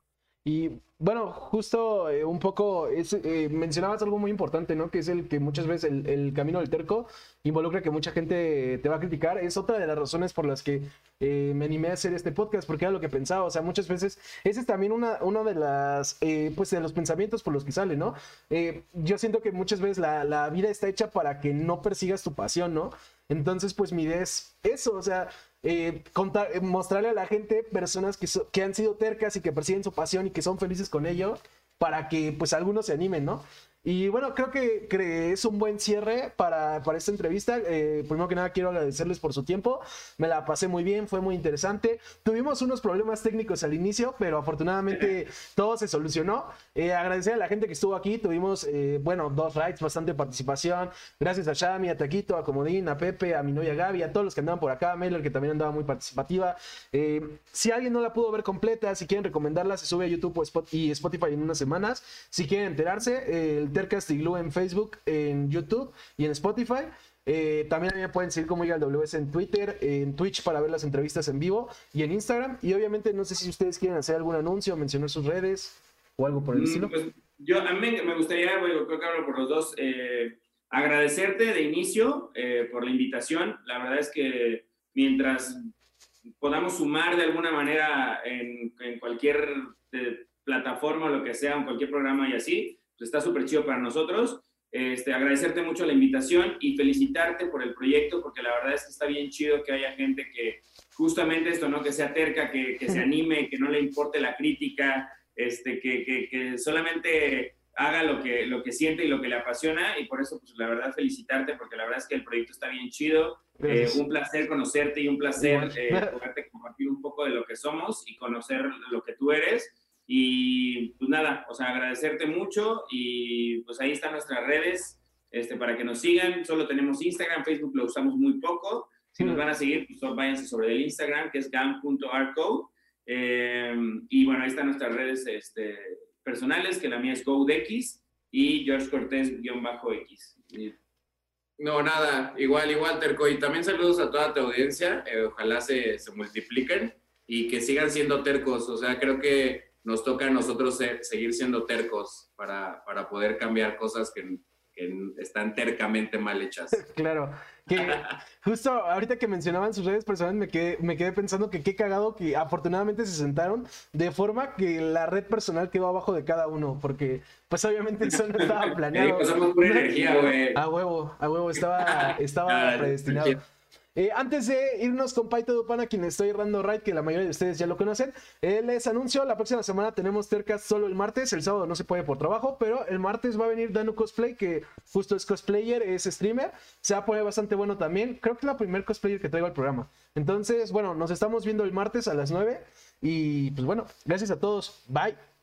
Y bueno, justo eh, un poco es, eh, mencionabas algo muy importante, ¿no? Que es el que muchas veces el, el camino del terco involucra que mucha gente te va a criticar. Es otra de las razones por las que eh, me animé a hacer este podcast, porque era lo que pensaba. O sea, muchas veces ese es también una, una de las, eh, pues de los pensamientos por los que sale, ¿no? Eh, yo siento que muchas veces la, la vida está hecha para que no persigas tu pasión, ¿no? Entonces, pues mi idea es eso, o sea, eh, contar, eh, mostrarle a la gente personas que, so, que han sido tercas y que persiguen su pasión y que son felices con ello, para que pues algunos se animen, ¿no? Y bueno, creo que, que es un buen cierre para, para esta entrevista. Eh, primero que nada quiero agradecerles por su tiempo, me la pasé muy bien, fue muy interesante. Tuvimos unos problemas técnicos al inicio, pero afortunadamente todo se solucionó. Eh, agradecer a la gente que estuvo aquí, tuvimos, eh, bueno, dos rides, bastante participación. Gracias a Shami, a Taquito, a Comodín, a Pepe, a mi novia Gaby, a todos los que andaban por acá, a Mailer, que también andaba muy participativa. Eh, si alguien no la pudo ver completa, si quieren recomendarla, se sube a YouTube o Spot y Spotify en unas semanas. Si quieren enterarse, eh, el Tercast Igloo en Facebook, en YouTube y en Spotify. Eh, también a mí me pueden seguir como Igal W S en Twitter, en Twitch para ver las entrevistas en vivo y en Instagram. Y obviamente no sé si ustedes quieren hacer algún anuncio, mencionar sus redes o algo por el mm, estilo. Pues yo a mí me gustaría, bueno, creo que hablo por los dos, eh, agradecerte de inicio eh, por la invitación. La verdad es que mientras podamos sumar de alguna manera en, en cualquier de, plataforma o lo que sea, en cualquier programa y así, pues está súper chido para nosotros. Este, agradecerte mucho la invitación y felicitarte por el proyecto, porque la verdad es que está bien chido que haya gente que justamente esto, ¿no? Que sea terca, que, que se anime, que no le importe la crítica, este, que, que, que solamente haga lo que, lo que siente y lo que le apasiona, y por eso, pues la verdad, felicitarte, porque la verdad es que el proyecto está bien chido. Eh, un placer conocerte y un placer eh, poderte compartir un poco de lo que somos y conocer lo que tú eres. Y pues nada, o sea, agradecerte mucho y pues ahí están nuestras redes este, para que nos sigan. Solo tenemos Instagram, Facebook lo usamos muy poco. Si nos van a seguir, pues váyanse sobre el Instagram, que es gam punto arco. Eh, y bueno, ahí están nuestras redes este, personales, que la mía es GoDX y George Cortés-X. No, nada, igual, igual, Terco. Y también saludos a toda tu audiencia. Eh, ojalá se, se multipliquen y que sigan siendo tercos. O sea, creo que nos toca a nosotros ser, seguir siendo tercos para, para poder cambiar cosas que, que están tercamente mal hechas. Claro, que justo ahorita que mencionaban sus redes personales me quedé, me quedé pensando que qué cagado que afortunadamente se sentaron de forma que la red personal quedó abajo de cada uno, porque pues obviamente eso no estaba planeado. Sí, somos pura energía, güey. A huevo, a huevo, estaba, estaba predestinado. Eh, antes de irnos con Paito Dupan, a quien estoy dando ride, que la mayoría de ustedes ya lo conocen, eh, les anuncio, la próxima semana tenemos Tercast solo el martes, el sábado no se puede por trabajo, pero el martes va a venir Danu Cosplay, que justo es cosplayer, es streamer, se va a poner bastante bueno también, creo que es la primer cosplayer que traigo al programa. Entonces, bueno, nos estamos viendo el martes a las nueve y pues bueno, gracias a todos, bye.